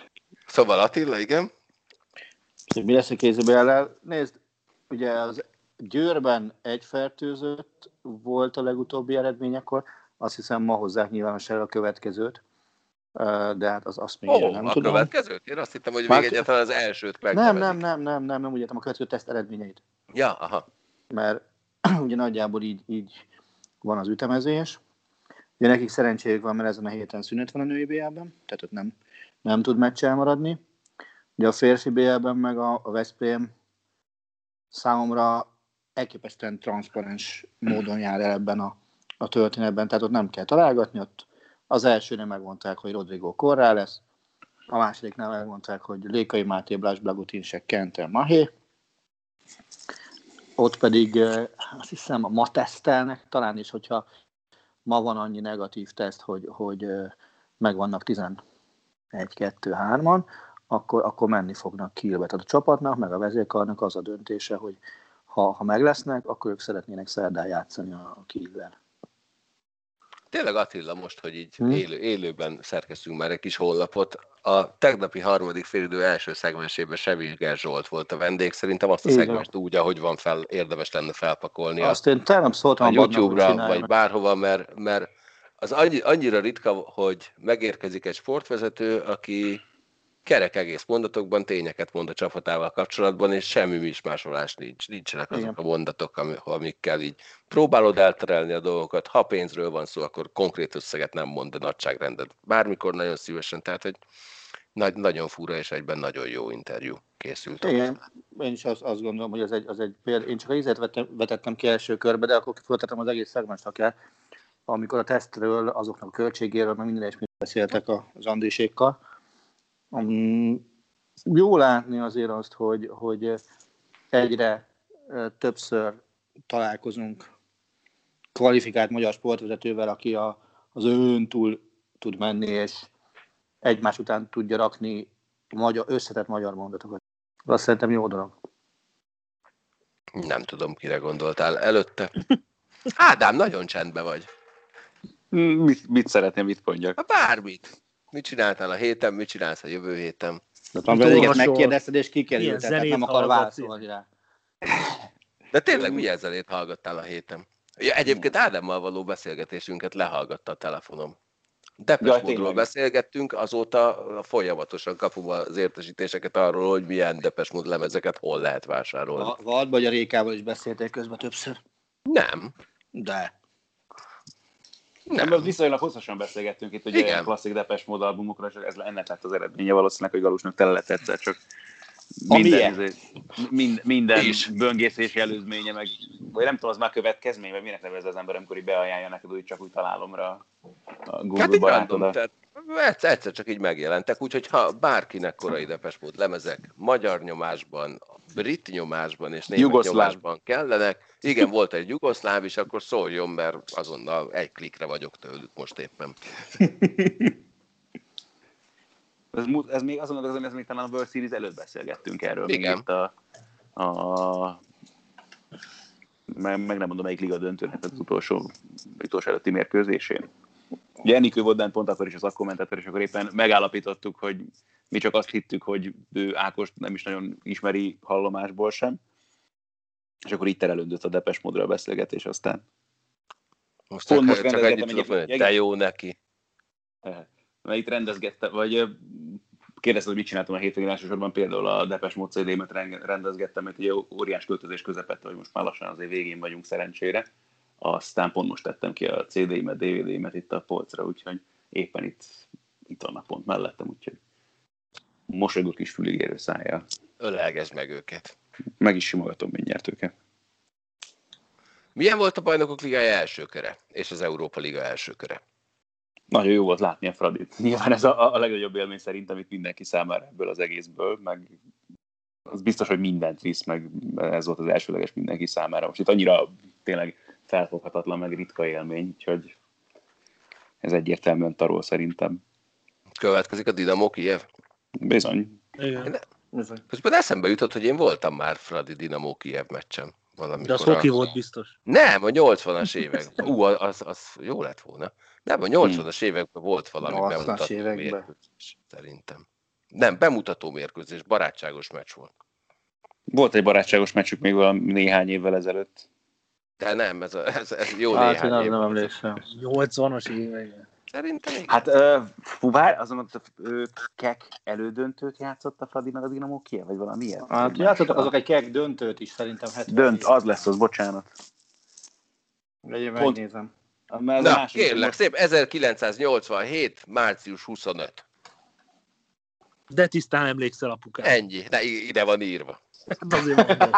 S3: Szóval Attila, igen?
S7: Mi lesz a kézi bé el-el? Nézd, ugye az Győrben egy fertőzött volt a legutóbbi eredményekor, azt hiszem ma hozzák nyilvánosságra a következőt, de hát az azt még
S3: oh,
S7: nem
S3: a
S7: tudom.
S3: A következőt? Én azt hittem, hogy
S7: Már...
S3: még egyáltalán az elsőt
S7: nem, nem, nem, nem, nem, nem, nem úgy értem a következő teszt eredményeit.
S3: Ja, aha.
S7: Mert ugye nagyjából így, így van az ütemezés. Ugye nekik szerencséjük van, mert ezen a héten szünet van a női bé el-ben, tehát ott nem, nem tud meccsel maradni. Ugye a férfi bé el-ben meg a, a Veszprém számomra elképesztően transzparens módon jár el ebben a, a történetben, tehát ott nem kell találgatni, ott az elsőnél megmondták, hogy Rodrigo Corrá lesz, a másodiknál megmondták, hogy Lékai Máté, Blás Blagutinsek, Kentel, Mahé, ott pedig azt hiszem ma tesztelnek, talán is, hogyha ma van annyi negatív teszt, hogy, hogy megvannak tizenegy, kettő, hárman, akkor, akkor menni fognak Kielbe. Tehát a csapatnak, meg a vezérkarnak az a döntése, hogy ha, ha meg lesznek, akkor ők szeretnének szerdán játszani a Kielben.
S3: Tényleg Attila, most, hogy így
S7: hmm.
S3: élő, élőben szerkesztünk már egy kis honlapot, a tegnapi harmadik félidő első szegmensében Sevigel Zsolt volt a vendég, szerintem azt a
S7: Igen.
S3: szegmest úgy, ahogy van fel, érdemes lenne felpakolni
S7: azt a, én tegnap szóltam
S3: a,
S7: a
S3: YouTube-ra, vagy bárhova, mert, mert az annyi, annyira ritka, hogy megérkezik egy sportvezető, aki kerek egész mondatokban tényeket mond a csapatával kapcsolatban, és semmi mismásolás nincs. Nincsenek azok Igen. a mondatok, amikkel így próbálod elterelni a dolgokat. Ha pénzről van szó, akkor konkrét összeget nem mond a nagyságrendet. Bármikor nagyon szívesen, tehát hogy nagy, nagyon fura és egyben nagyon jó interjú készült.
S7: Igen, én is azt, azt gondolom, hogy az egy, az egy példa. Én csak a ízet vettem, vetettem ki első körbe, de akkor kiföltettem az egész szegmest, ha kell, amikor a tesztről, azoknak a költségéről, meg minden is mit beszéltek az Andrisékkal. Um, jó látni azért azt, hogy, hogy egyre többször találkozunk kvalifikált magyar sportvezetővel, aki a, az ön túl tud menni, és egymás után tudja rakni magyar, összetett magyar mondatokat. Azt szerintem jó dolog.
S3: Nem tudom, kire gondoltál előtte. Ádám, nagyon csendben vagy.
S5: Mit, mit szeretném, mit mondjak?
S3: Ha bármit. Mit csináltál a héten, mit csinálsz a jövő héten?
S7: De van vendéget megkérdezted, és kikerült, tehát nem akar válaszolni rá.
S3: De tényleg milyen zenét hallgattál a héten? Ja, egyébként Ádámmal való beszélgetésünket lehallgatta a telefonom. Depeche Mode-ról beszélgettünk, azóta folyamatosan kapom az értesítéseket arról, hogy milyen Depeche Mode lemezeket hol lehet vásárolni.
S7: Vad vagy a Rékával is beszéltél közben többször?
S3: Nem.
S7: De.
S5: Nem, nem viszonylag hosszasan beszélgettünk itt, ugye a klasszik Depeche Mode albumokra, és ez ennek lett az eredménye valószínűleg, hogy Galusnak tele lett egyszer, csak minden, minden, minden böngészési előzménye, meg, vagy nem tudom, az már következmény, vagy minek nevez az ember, amikor így beajánlja neked, úgy csak úgy találomra a Google hát barátodat. Tehát
S3: egyszer, egyszer csak így megjelentek, úgyhogy ha bárkinek korai Depeche Mode lemezek magyar nyomásban, brit nyomásban és német jugoszláv. nyomásban kellenek, igen, volt egy jugoszláv is, akkor szóljon, mert azonnal egy klikre vagyok tőlük most éppen.
S5: Ez, ez még azon az, ez még talán a World Series előtt beszélgettünk erről.
S3: Igen.
S5: Itt a, a, meg, meg nem mondom, melyik liga döntőnek az utolsó, utolsó előtti mérkőzésén. Ugye Enikő volt bent pont akkor is az szakkommentátor, és akkor éppen megállapítottuk, hogy mi csak azt hittük, hogy ő Ákost nem is nagyon ismeri hallomásból sem. És akkor így terelődött a Depeche Mode-ra a beszélgetés aztán.
S3: Most csak, most csak annyit tudok mondani, te jó neki.
S5: Mert itt rendezgettem, vagy kérdeztem, hogy mit csináltam a hétvégén, elsősorban például a Depeche Mode cé dé-met rendezgettem, mert ugye óriás költözés közepette, hogy most már lassan azért végén vagyunk szerencsére. Aztán pont most tettem ki a cé dé-met, dé vé dé-met itt a polcra, úgyhogy éppen itt, itt vannak pont mellettem, úgyhogy mosolygó kis füligérő szájjal.
S3: Ölelgesd meg őket.
S5: Meg is simogatom mindjárt őket.
S3: Milyen volt a Bajnokok Ligája első köre, és az Európa Liga első köre?
S5: Nagyon jó volt látni a Fradit. Nyilván ez a, a legnagyobb élmény szerintem itt mindenki számára ebből az egészből, meg az biztos, hogy mindent visz, meg ez volt az elsőleges mindenki számára. Most itt annyira tényleg felfoghatatlan, meg ritka élmény, úgyhogy ez egyértelműen tarol szerintem.
S3: Következik a Dinamo Kijev?
S5: Bizony.
S3: Igen. Közben eszembe jutott, hogy én voltam már Fradi Dinamo Kijev meccsen.
S6: De az hoki volt biztos.
S3: Nem, a nyolcvanas években. Ú, az, az jó lett volna. Nem, a nyolcvanas években volt valami bemutató mérkőzés, szerintem. Nem, bemutató mérkőzés, barátságos meccs volt.
S5: Volt egy barátságos meccsük még valami néhány évvel ezelőtt.
S3: De nem, ez, a, ez, ez jó
S4: hát,
S3: néhány
S4: nem,
S3: év.
S4: nem emlékszem.
S6: nyolcvanas években.
S3: Szerintem igen.
S5: Hát uh, Fuvár, azon mondta, uh, Kek elődöntőt játszott a Fradi meg a Dinamo Kiev, vagy valami ilyen?
S4: Hát játszottak azok egy Kek döntőt is, szerintem hetven.
S5: Dönt, az lesz az, bocsánat.
S4: Legyen megnézem.
S3: Na, kérlek, most... szép, ezerkilencszáznyolcvanhét. március huszonötödike.
S6: De tisztán emlékszel, apukám.
S3: Ennyi, de ide van írva.
S6: Hát azért mondom.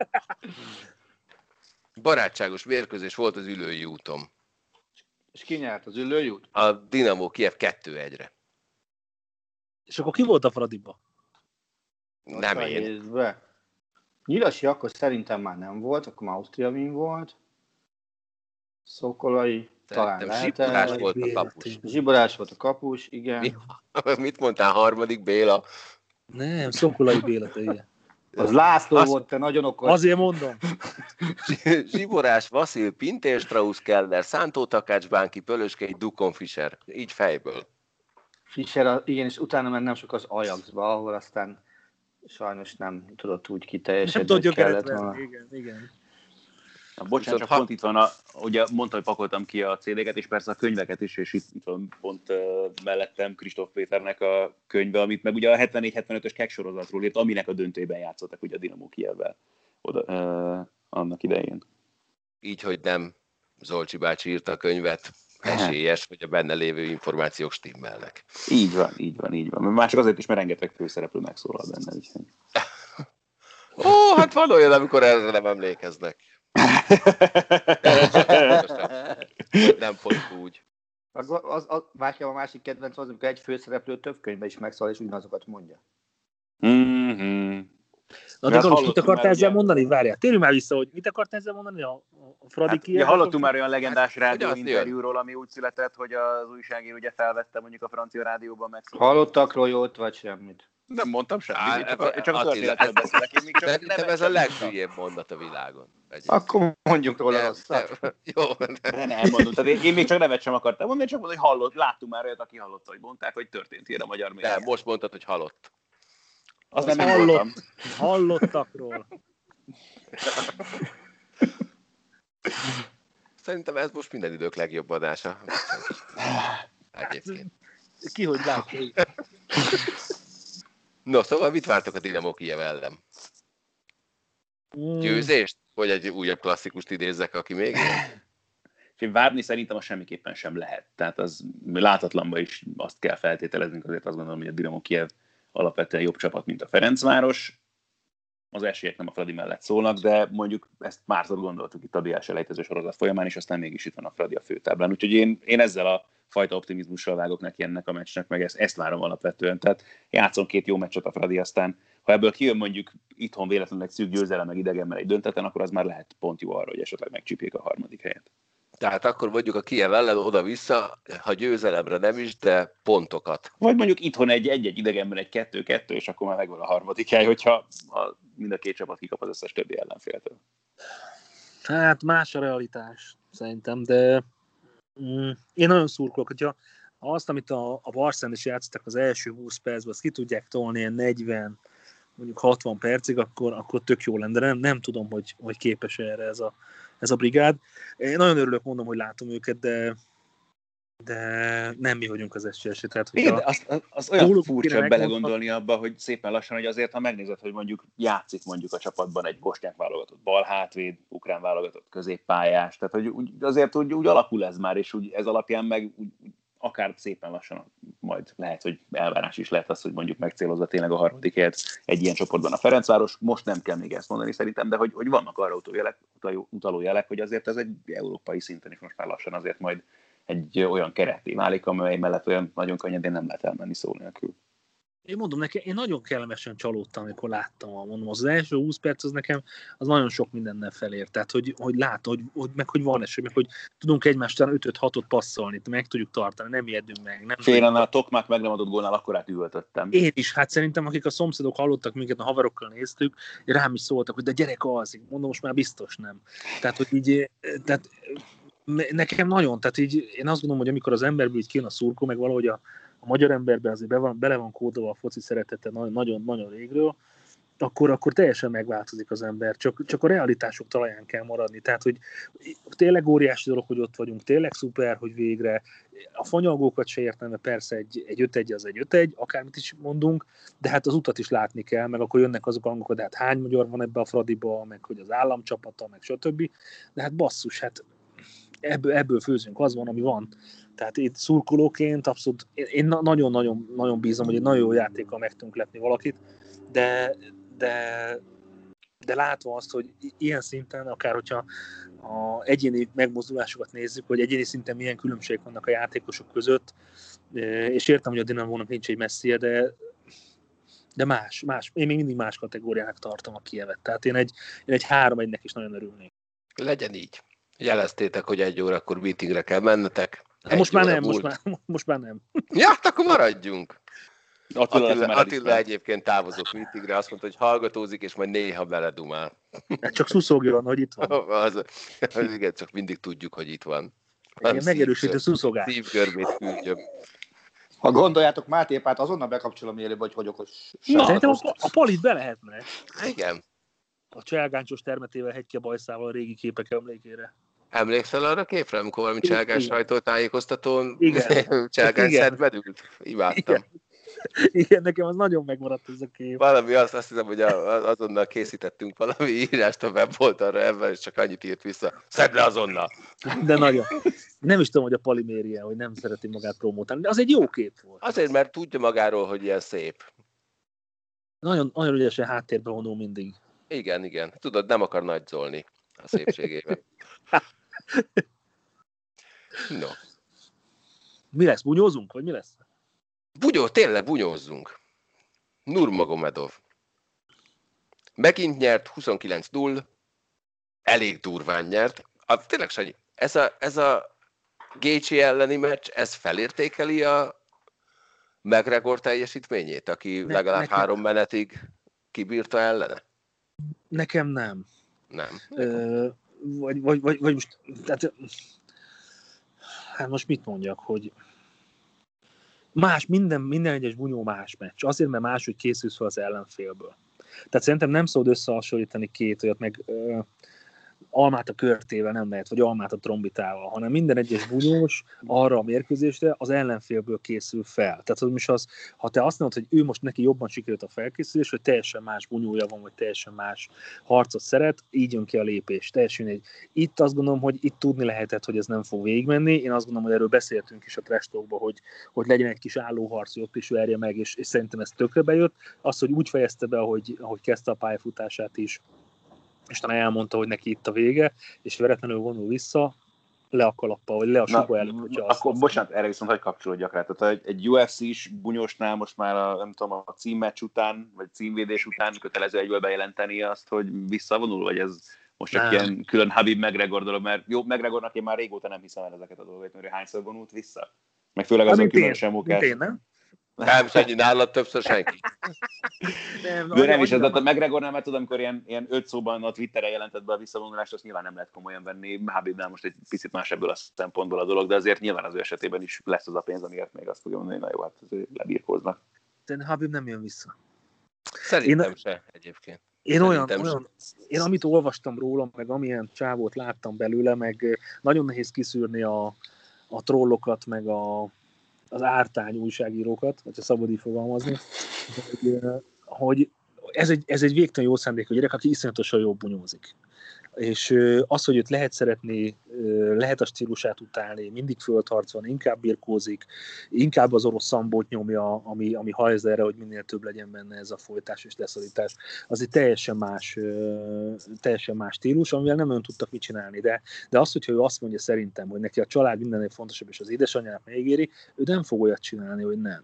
S3: Barátságos mérkőzés volt az Ülői úton.
S4: És ki nyert az Ülői út?
S3: A Dinamo Kiev kettő egyre.
S6: És akkor ki volt a Fradiba?
S3: Nem én.
S4: Észbe. Nyilasi akkor szerintem már nem volt, akkor már Ausztria Wien volt. Szokolai, talán lehetett.
S3: Zsiborás volt a kapus.
S4: Zsiborás volt a kapus, igen.
S3: Mi? Mit mondtál, harmadik Béla?
S6: Nem, Szokolai Béla, igen.
S4: Az László
S6: Azt...
S4: volt, te nagyon okos.
S6: Azért mondom.
S3: Zsiborás, Vasil, Pintér, Strauss, Keller, Szántó, Takács, Bánki, Pölöskei, Dukon, Fischer. Így fejből.
S4: Fischer, igen, és utána ment nem sok az Ajaxba, ahol aztán sajnos nem tudott úgy kiteljesedni,
S6: hogy
S4: kellett volna.
S6: Igen, igen.
S5: Na, bocsánat, csak ha... pont itt van, a, ugye mondta, hogy pakoltam ki a cé dé-ket, és persze a könyveket is, és itt, itt van pont uh, mellettem Kristóf Péternek a könyve, amit meg ugye a hetvennégy hetvenötös Kek sorozatról írt, aminek a döntőben játszottak ugye a Dinamo Kijevvel oda, uh, annak idején.
S3: Így, hogy nem Zolcsi bácsi írta a könyvet, esélyes, hogy a benne lévő információk stimmelnek.
S5: Így van, így van, így van. Már csak azért is, mert rengeteg főszereplő megszólal benne. Úgyhogy...
S3: Ó, hát van olyan, amikor erre nem emlékeznek. Nem pont úgy.
S4: Az, az, az, Vátyám a másik kedvenc az, amikor egy főszereplő több könyvben is megszól, és ugyanazokat mondja.
S5: Mm-hmm.
S6: Na, de Galos, mit akartál ezzel ugye... mondani? Várjál, térjünk már vissza, hogy mit akartál ezzel mondani a, a Fradi hát,
S5: Kiev? Hallottunk már olyan legendás rádióinterjúról, ami úgy született, hogy az újságíró ugye felvette mondjuk a francia rádióban megszólalt.
S4: Hallottakról jót, vagy semmit?
S5: Nem mondtam semmit, csak a, csak a történetről beszélek. Én még csak
S3: szerintem ez a leghülyébb mondat a világon.
S4: Egyébként. Akkor mondjuk róla rosszat.
S3: Jó.
S5: De nem mondom, tehát én még csak nevet sem akartam mondani, csak mondom, hogy hallott, láttunk már olyat, aki hallotta, hogy mondták, hogy történt ilyen a magyar médiában.
S3: Nem, most mondtad, hogy halott.
S5: Az nem hallott,
S6: hallottakról.
S3: Szerintem ez most minden idők legjobb adása. Egyébként.
S6: Ki, hogy látja.
S3: No, szóval mit vártok a Dinamo Kijev ellen? Győzést? Vagy egy újabb klasszikust idézzek, aki még él?
S5: És várni szerintem az semmiképpen sem lehet. Tehát az látatlanban is azt kell feltételeznünk, azért azt gondolom, hogy a Dinamo Kijev alapvetően jobb csapat, mint a Ferencváros. Az esélyek nem a Fradi mellett szólnak, de mondjuk ezt márszor gondoltuk itt a bé el-selejtező sorozat folyamán, és aztán mégis itt van a Fradi a főtáblán. Úgyhogy én, én ezzel a fajta optimizmussal vágok neki ennek a meccsnek, meg ezt, ezt várom alapvetően. Tehát játszom két jó meccset a Fradi, aztán ha ebből kijön mondjuk itthon véletlenül egy szűk győzelem, meg idegenben egy dönteten, akkor az már lehet pont jó arra, hogy esetleg megcsípjék a harmadik helyet.
S3: Tehát akkor mondjuk a Kijev ellen oda-vissza, ha győzelemre nem is, de pontokat.
S5: Vagy mondjuk itthon egy egy-egy idegenben egy kettő-kettő, és akkor már megvan a harmadik hely, hogyha a, mind a két csapat kikap az összes többi ellenféltől.
S6: Hát más a realitás szerintem, de mm, én nagyon szurkolok, hogyha azt, amit a, a Barszán is játszottak az első húsz percben, azt ki tudják tolni ilyen negyven, mondjuk hatvan percig, akkor, akkor tök jó lenne, de nem, nem tudom, hogy, hogy képes erre ez a, ez a brigád. Én nagyon örülök, mondom, hogy látom őket, de, de nem mi vagyunk az esélyesek. Tehát,
S5: igen, az, az, az olyan furcsa belegondolni abba, hogy szépen lassan, hogy azért, ha megnézed, hogy mondjuk játszik mondjuk a csapatban egy bosnyák válogatott bal hátvéd, ukrán válogatott középpályás, tehát hogy úgy, azért úgy, úgy alakul ez már, és úgy, ez alapján meg úgy, akár szépen lassan majd lehet, hogy elvárás is lehet az, hogy mondjuk megcélozza tényleg a harmadik helyet egy ilyen csoportban a Ferencváros. Most nem kell még ezt mondani szerintem, de hogy, hogy vannak arra utalójelek, utalójelek, hogy azért ez egy európai szinten is most már lassan azért majd egy olyan keretté válik, amely mellett olyan nagyon könnyedén nem lehet elmenni szó nélkül.
S6: Én mondom nekem, én nagyon kellemesen csalódtam, amikor láttam, mondom, az első húsz perc az nekem, az nagyon sok mindennel felért, tehát hogy, hogy látom, hogy, hogy, meg hogy van esély, meg hogy tudunk egymástán ötöt-hatot passzolni, meg tudjuk tartani, nem ijedünk meg. Nem
S5: Félren a Tokmák meg nem adott gólnál, akkor átüvöltöttem.
S6: Én is, hát szerintem akik a szomszédok hallottak minket, a haverokkal néztük, rám is szóltak, hogy de gyerek alszik, mondom, most már biztos nem. Tehát, hogy így, tehát nekem nagyon, tehát így én azt gondolom, hogy amikor az emberből így kijön a szurkó, meg valahogy a a magyar emberben azért be van, bele van kódolva a foci szeretete nagyon-nagyon régről, akkor, akkor teljesen megváltozik az ember, csak, csak a realitások talaján kell maradni, tehát, hogy tényleg óriási dolog, hogy ott vagyunk, tényleg szuper, hogy végre a fanyalgókat se értem, mert persze egy, egy öt egy az egy öt egy, akármit is mondunk, de hát az utat is látni kell, meg akkor jönnek azok a hangok, de hát hány magyar van ebbe a Fradiba, meg hogy az államcsapata, meg stb. De hát basszus, hát ebből, ebből főzünk, az van, ami van. Tehát itt szurkolóként abszolút, én nagyon-nagyon nagyon bízom, hogy egy nagyon jó játékkal meg tudunk lepni valakit, de, de, de látva azt, hogy ilyen szinten, akár hogyha a egyéni megmozdulásokat nézzük, hogy egyéni szinten milyen különbségek vannak a játékosok között, és értem, hogy a Dinamónak nincs egy Messie, de, de más, más, én még mindig más kategóriának tartom a Kijevet. Tehát én egy, én egy három egynek is nagyon örülnék.
S3: Legyen így. Jeleztétek, hogy egy órakor meetingre kell mennetek.
S6: Most már nem, most már, most már nem.
S3: Ja, akkor maradjunk.
S5: Attila,
S3: Attila, Attila egyébként távozott meetingre, azt mondta, hogy hallgatózik, és majd néha beledumál.
S6: Csak szuszogjon, hogy itt van.
S3: Az, az, igen, csak mindig tudjuk, hogy itt van.
S6: Igen, megerősítő szuszogás.
S3: Szívgörbét küldjön.
S7: Ha gondoljátok, Máté Pát azonnal bekapcsolom élőbe, hogy hogy okos.
S6: Na, szerintem a, a Palit be lehetne.
S3: Igen.
S6: A cselgáncsos termetével, hegyke bajszával a régi képek emlékére.
S3: Emlékszel arra a képre, amikor valami cselgás sajtótájékoztatón cselgánszert bedült? Imádtam.
S6: Igen. Igen, nekem az nagyon megmaradt ez a kép.
S3: Valami, azt, azt hiszem, hogy a, azonnal készítettünk valami írást a weboldalra ebben, és csak annyit írt vissza. Szedd le azonnal!
S6: De nagyon. Nem is tudom, hogy a Pali miért ilyen, hogy nem szereti magát promótálni, de az egy jó kép volt.
S3: Azért, mert tudja magáról, hogy ilyen szép.
S6: Nagyon, nagyon ügyesen háttérbe vonul mindig.
S3: Igen, igen. Tudod, nem akar nagyzolni a szépségében. No.
S6: Mi lesz? Bunyózunk, vagy mi lesz?
S3: Bunyó, tényleg bunyózzunk. Nurmagomedov. Megint nyert, huszonkilenc null. Elég durván nyert. A, tényleg, Sanyi, ez a, ez a Gaethje elleni meccs, ez felértékeli a McGregor teljesítményét, aki ne, legalább nekem... három menetig kibírta ellene?
S6: Nekem nem.
S3: Nem.
S6: Ö, vagy, vagy, vagy, vagy most, tehát, hát most mit mondjak, hogy más, minden, minden egyes bunyó más meccs. Azért, mert máshogy készülsz fel az ellenfélből. Tehát szerintem nem szabad összehasonlítani két olyat, meg ö, almát a körtével nem lehet, vagy almát a trombitával, hanem minden egyes bunyós arra a mérkőzésre az ellenfélből készül fel. Tehát, hogy most az, ha te azt mondod, hogy ő most neki jobban sikerült a felkészülés, hogy teljesen más bunyója van, vagy teljesen más harcot szeret, így jön ki a lépés. Teljesen egy. Itt azt gondolom, hogy itt tudni lehetett, hogy ez nem fog végigmenni. Én azt gondolom, hogy erről beszéltünk is a trash talkban, hogy, hogy legyen egy kis állóharc, hogy ott is verje meg, és, és szerintem ez tökre bejött. Az, hogy úgy fejezte be, ahogy, ahogy kezdte a pályafutását is, és talán elmondta, hogy neki itt a vége, és veretlenül vonul vissza, le a kalappal, vagy le a suba előtt, hogyha
S5: akkor
S6: azt
S5: bocsánat, erre viszont hogy kapcsolódjak rá. Tehát egy, egy u ef cés bunyósnál most már a, nem tudom, a címmeccs után, vagy címvédés után kötelező egyből bejelenteni azt, hogy visszavonul, vagy ez most csak nem. Ilyen külön Habib-McGregor dolog, mert jó, McGregornak én már régóta nem hiszem el ezeket a dolgokat, mert ő hányszor vonult vissza? Meg főleg azon különösen mókás.
S6: Mint én, nem?
S3: Nem, Sanyi, nálad többször senki.
S5: Nem, de nem is, ez a McGregornál, mert tudom, amikor ilyen, ilyen öt szóban a Twitterre jelentett be a visszavonulást, azt nyilván nem lehet komolyan venni. Habibnál most egy picit más ebből a szempontból a dolog, de azért nyilván az ő esetében is lesz az a pénz, amiért még azt fogja mondani, hogy na jó, hát azért lebírkóznak.
S6: De Habib nem jön vissza.
S3: Szerintem én, se egyébként.
S6: Én olyan, olyan, én amit olvastam róla, meg amilyen csávót láttam belőle, meg nagyon nehéz kiszűrni a, a trollokat, meg a az ártány újságírókat, vagy ha szabad így fogalmazni, hogy, hogy ez, egy, ez egy végtelen jó szándékú gyerek, aki iszonyatosan jól bunyózik. És az, hogy őt lehet szeretni, lehet a stílusát utálni, mindig földharc van, inkább birkózik, inkább az orosz szambót nyomja, ami, ami hajz erre, hogy minél több legyen benne ez a folytás és leszorítás. Az egy teljesen más, teljesen más stílus, amivel nem nagyon tudtak mit csinálni. De, de az, hogyha ő azt mondja szerintem, hogy neki a család mindennél fontosabb, és az édesanyjának megéri, ő nem fog olyat csinálni, hogy nem.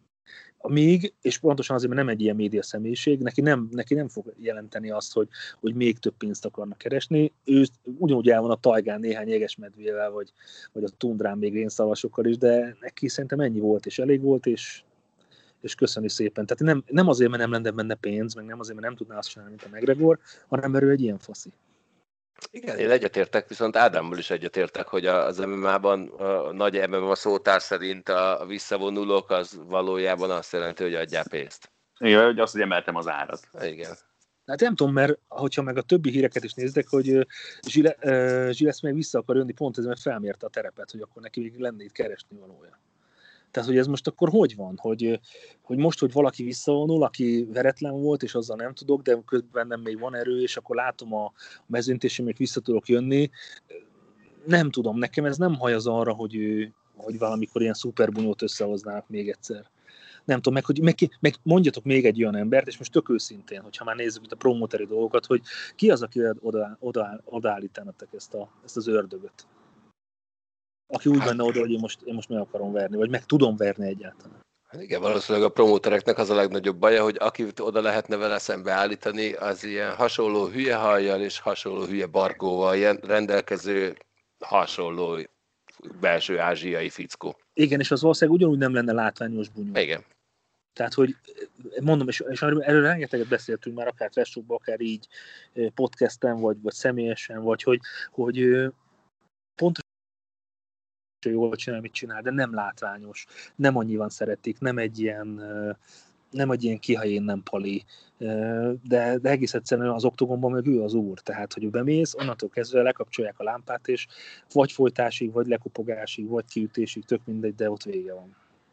S6: Még, és pontosan azért, mert nem egy ilyen média személyiség, neki nem, neki nem fog jelenteni azt, hogy, hogy még több pénzt akarnak keresni. Ő ugyanúgy el van a tajgán néhány jegesmedvével, vagy, vagy a tundrán még rénszalasokkal is, de neki szerintem ennyi volt, és elég volt, és, és köszöni szépen. Tehát nem, nem azért, mert nem lenne benne pénz, meg nem azért, mert nem tudná azt csinálni, mint a McGregor, hanem mert ő egy ilyen faszi.
S3: Igen, én egyetértek, viszont Ádámmal is egyetértek, hogy az em em á-ban, a nagy em em á szótár szerint a visszavonulók az valójában azt jelenti, hogy adjál pénzt.
S5: Igen, hogy azt, hogy emeltem az árat.
S3: Igen.
S6: Hát nem tudom, mert hogyha meg a többi híreket is nézdek, hogy Gilles meg vissza akar jönni, pont ez meg felmérte a terepet, hogy akkor neki még lenne itt keresni valója. Tehát, hogy ez most akkor hogy van? Hogy, hogy most, hogy valaki visszavonul, aki veretlen volt, és azzal nem tudok, de közben nem még van erő, és akkor látom a mezőnyt, és én még vissza tudok jönni. Nem tudom, nekem ez nem hajaz arra, hogy, hogy valamikor ilyen szuperbunyót összehoznának még egyszer. Nem tudom, meg, hogy meg, meg mondjatok még egy olyan embert, és most tök őszintén, hogyha már nézzük itt a promoteri dolgokat, hogy ki az, aki oda, oda, odaállítanak ezt, a, ezt az ördögöt? Aki úgy menne oda, hogy én most, én most meg akarom verni, vagy meg tudom verni egyáltalán.
S3: Igen, valószínűleg a promótereknek az a legnagyobb baja, hogy akit oda lehetne vele szembe állítani, az ilyen hasonló hülye hajjal és hasonló hülye barkóval rendelkező hasonló belső ázsiai fickó.
S6: Igen, és az valószínűleg ugyanúgy nem lenne látványos bunyó.
S3: Igen.
S6: Tehát, hogy mondom, és, és erről rengeteget beszéltünk már, akár Trashtalkban, akár így podcasten, vagy, vagy személyesen, vagy hogy, hogy pontosan jól csinál, mit csinál, de nem látványos, nem annyian szeretik, nem egy ilyen, nem egy ilyen kihajén nem pali, de, de egész egyszerűen az oktogonban meg ő az úr, tehát, hogy bemész, onnantól kezdve lekapcsolják a lámpát, és vagy folytásig, vagy lekopogásig, vagy kiütésig, tök mindegy, de ott vége van.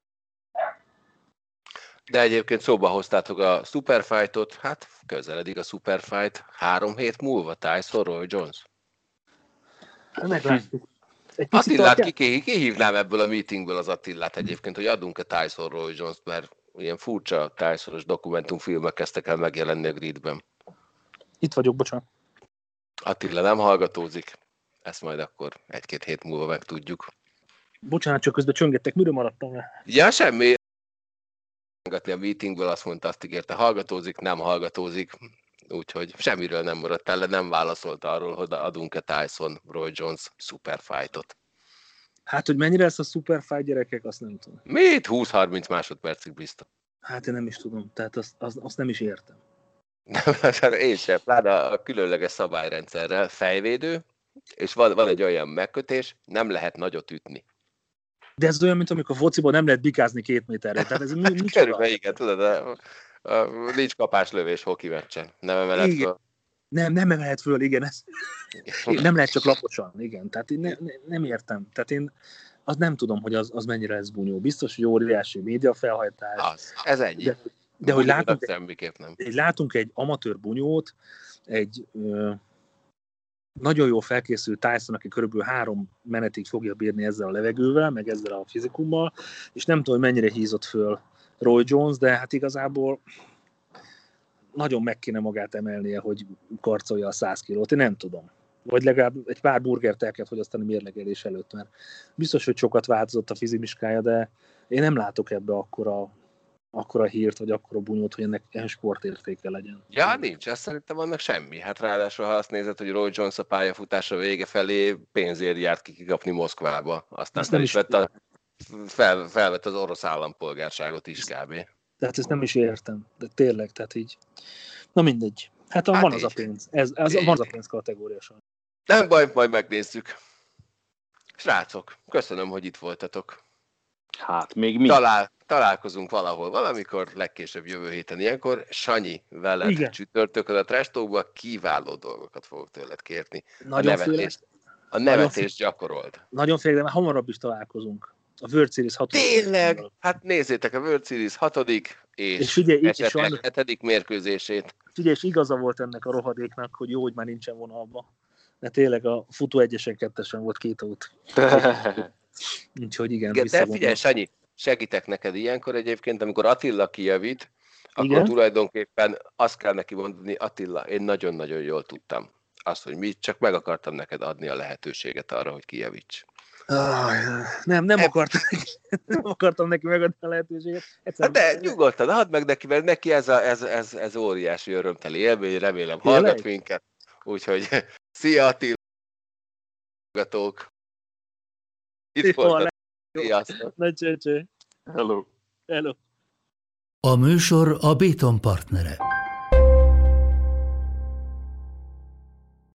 S3: De egyébként szóba hoztátok a Superfightot, hát közeledik a Superfight három hét múlva, Tyson Roy Jones.
S6: Meglátjuk.
S3: Attilát ki, ki, kihívnám ebből a meetingből az Attilát egyébként, hogy adunk-e Tyson Roy Jones-t, mert ilyen furcsa Tyson-os dokumentumfilmek kezdtek el megjelenni a gridben.
S6: Itt vagyok, bocsánat.
S3: Attila nem hallgatózik, ezt majd akkor egy-két hét múlva megtudjuk.
S6: Bocsánat, csak közben csöngettek, miről maradtam le?
S3: Ja, semmi. A meetingből azt mondta, azt ígérte, hallgatózik, nem hallgatózik, úgyhogy semmiről nem maradt el, nem válaszolt arról, hogy adunk-e Tyson Roy Jones Superfightot.
S6: Hát, hogy mennyire lesz a Superfight, gyerekek, azt nem tudom.
S3: Mit? húsz-harminc másodpercig biztos.
S6: Hát én nem is tudom, tehát azt, azt, azt nem is értem.
S3: Én sem, pláne a különleges szabályrendszerrel fejvédő, és van, van egy olyan megkötés, nem lehet nagyot ütni.
S6: De ez olyan, mint amikor fociban nem lehet bikázni két méterre. Tehát ez mi, mi
S3: Körülbelül igen, tudod, a, a, nincs kapáslövés hoki meccsen. Nem emelet föl.
S6: Nem, nem emelet föl, igen. Ez, nem lehet csak laposan, igen. Tehát én ne, ne, nem értem. Tehát én azt nem tudom, hogy az, az mennyire lesz bunyó. Biztos, hogy óriási média felhajtás.
S3: Az, ez ennyi.
S6: De, de hogy látunk,
S3: semmiképp nem.
S6: Egy, látunk egy amatőr bunyót, egy ö, nagyon jól felkészült Tyson, aki körülbelül három menetig fogja bírni ezzel a levegővel, meg ezzel a fizikummal, és nem tudom, hogy mennyire hízott föl Roy Jones, de hát igazából nagyon meg kéne magát emelnie, hogy karcolja a száz kilót, én nem tudom. Vagy legalább egy pár burgert el kell fogyasztani mérlegelés előtt, mert biztos, hogy sokat változott a fizimiskája, de én nem látok ebbe akkora, akkora hírt, vagy akkora bunyót, hogy ennek ilyen sportértéke legyen.
S3: Ja, nincs, ezt szerintem annak semmi. Hát ráadásul, ha azt nézed, hogy Roy Jones a pályafutása vége felé pénzért járt ki kikapni Moszkvába, aztán fel is vett a, fel, felvett az orosz állampolgárságot is kb.
S6: Tehát ezt nem is értem, de tényleg, tehát így, na mindegy. Hát, hát van így. Az a pénz, ez, ez van az a pénz kategória sajnos.
S3: Nem baj, majd megnézzük. Srácok, köszönöm, hogy itt voltatok.
S5: Hát, még mi?
S3: Talál, találkozunk valahol, valamikor, legkésőbb jövő héten ilyenkor. Sanyi, veled igen. Csütörtökön a Trash Talkban kiváló dolgokat fogok tőled kérni. Nagyon a nevetést, a nevetést gyakorold.
S6: Nagyon félek, de már hamarabb is találkozunk. A World Series hatodik.
S3: Tényleg? Hát nézzétek a World Series hatodik és, és ugye, esetleg sajnos... hetedik mérkőzését.
S6: Ugye, és igaza volt ennek a rohadéknak, hogy jó, hogy már nincsen vonalba. De tényleg a futó egyesen kettesen volt két út. Úgyhogy igen.
S3: igen de figyelj, Sanyi, segítek neked ilyenkor egyébként, amikor Attila kijavít, igen? Akkor tulajdonképpen azt kell neki mondani, Attila, én nagyon-nagyon jól tudtam azt, hogy mit, csak meg akartam neked adni a lehetőséget arra, hogy kijavíts.
S6: Ah, nem, nem akartam, nem akartam neki megadni a lehetőséget.
S3: Egyszer... De nyugodtan, add meg neki, mert neki ez, a, ez, ez, ez óriási örömteli élmény, remélem hallgat minket. Úgyhogy szia Attila! Itt voltak. Sziasztok!
S6: Nagy cső, cső.
S5: Hello!
S6: Hello!
S1: A műsor a Béton partnere.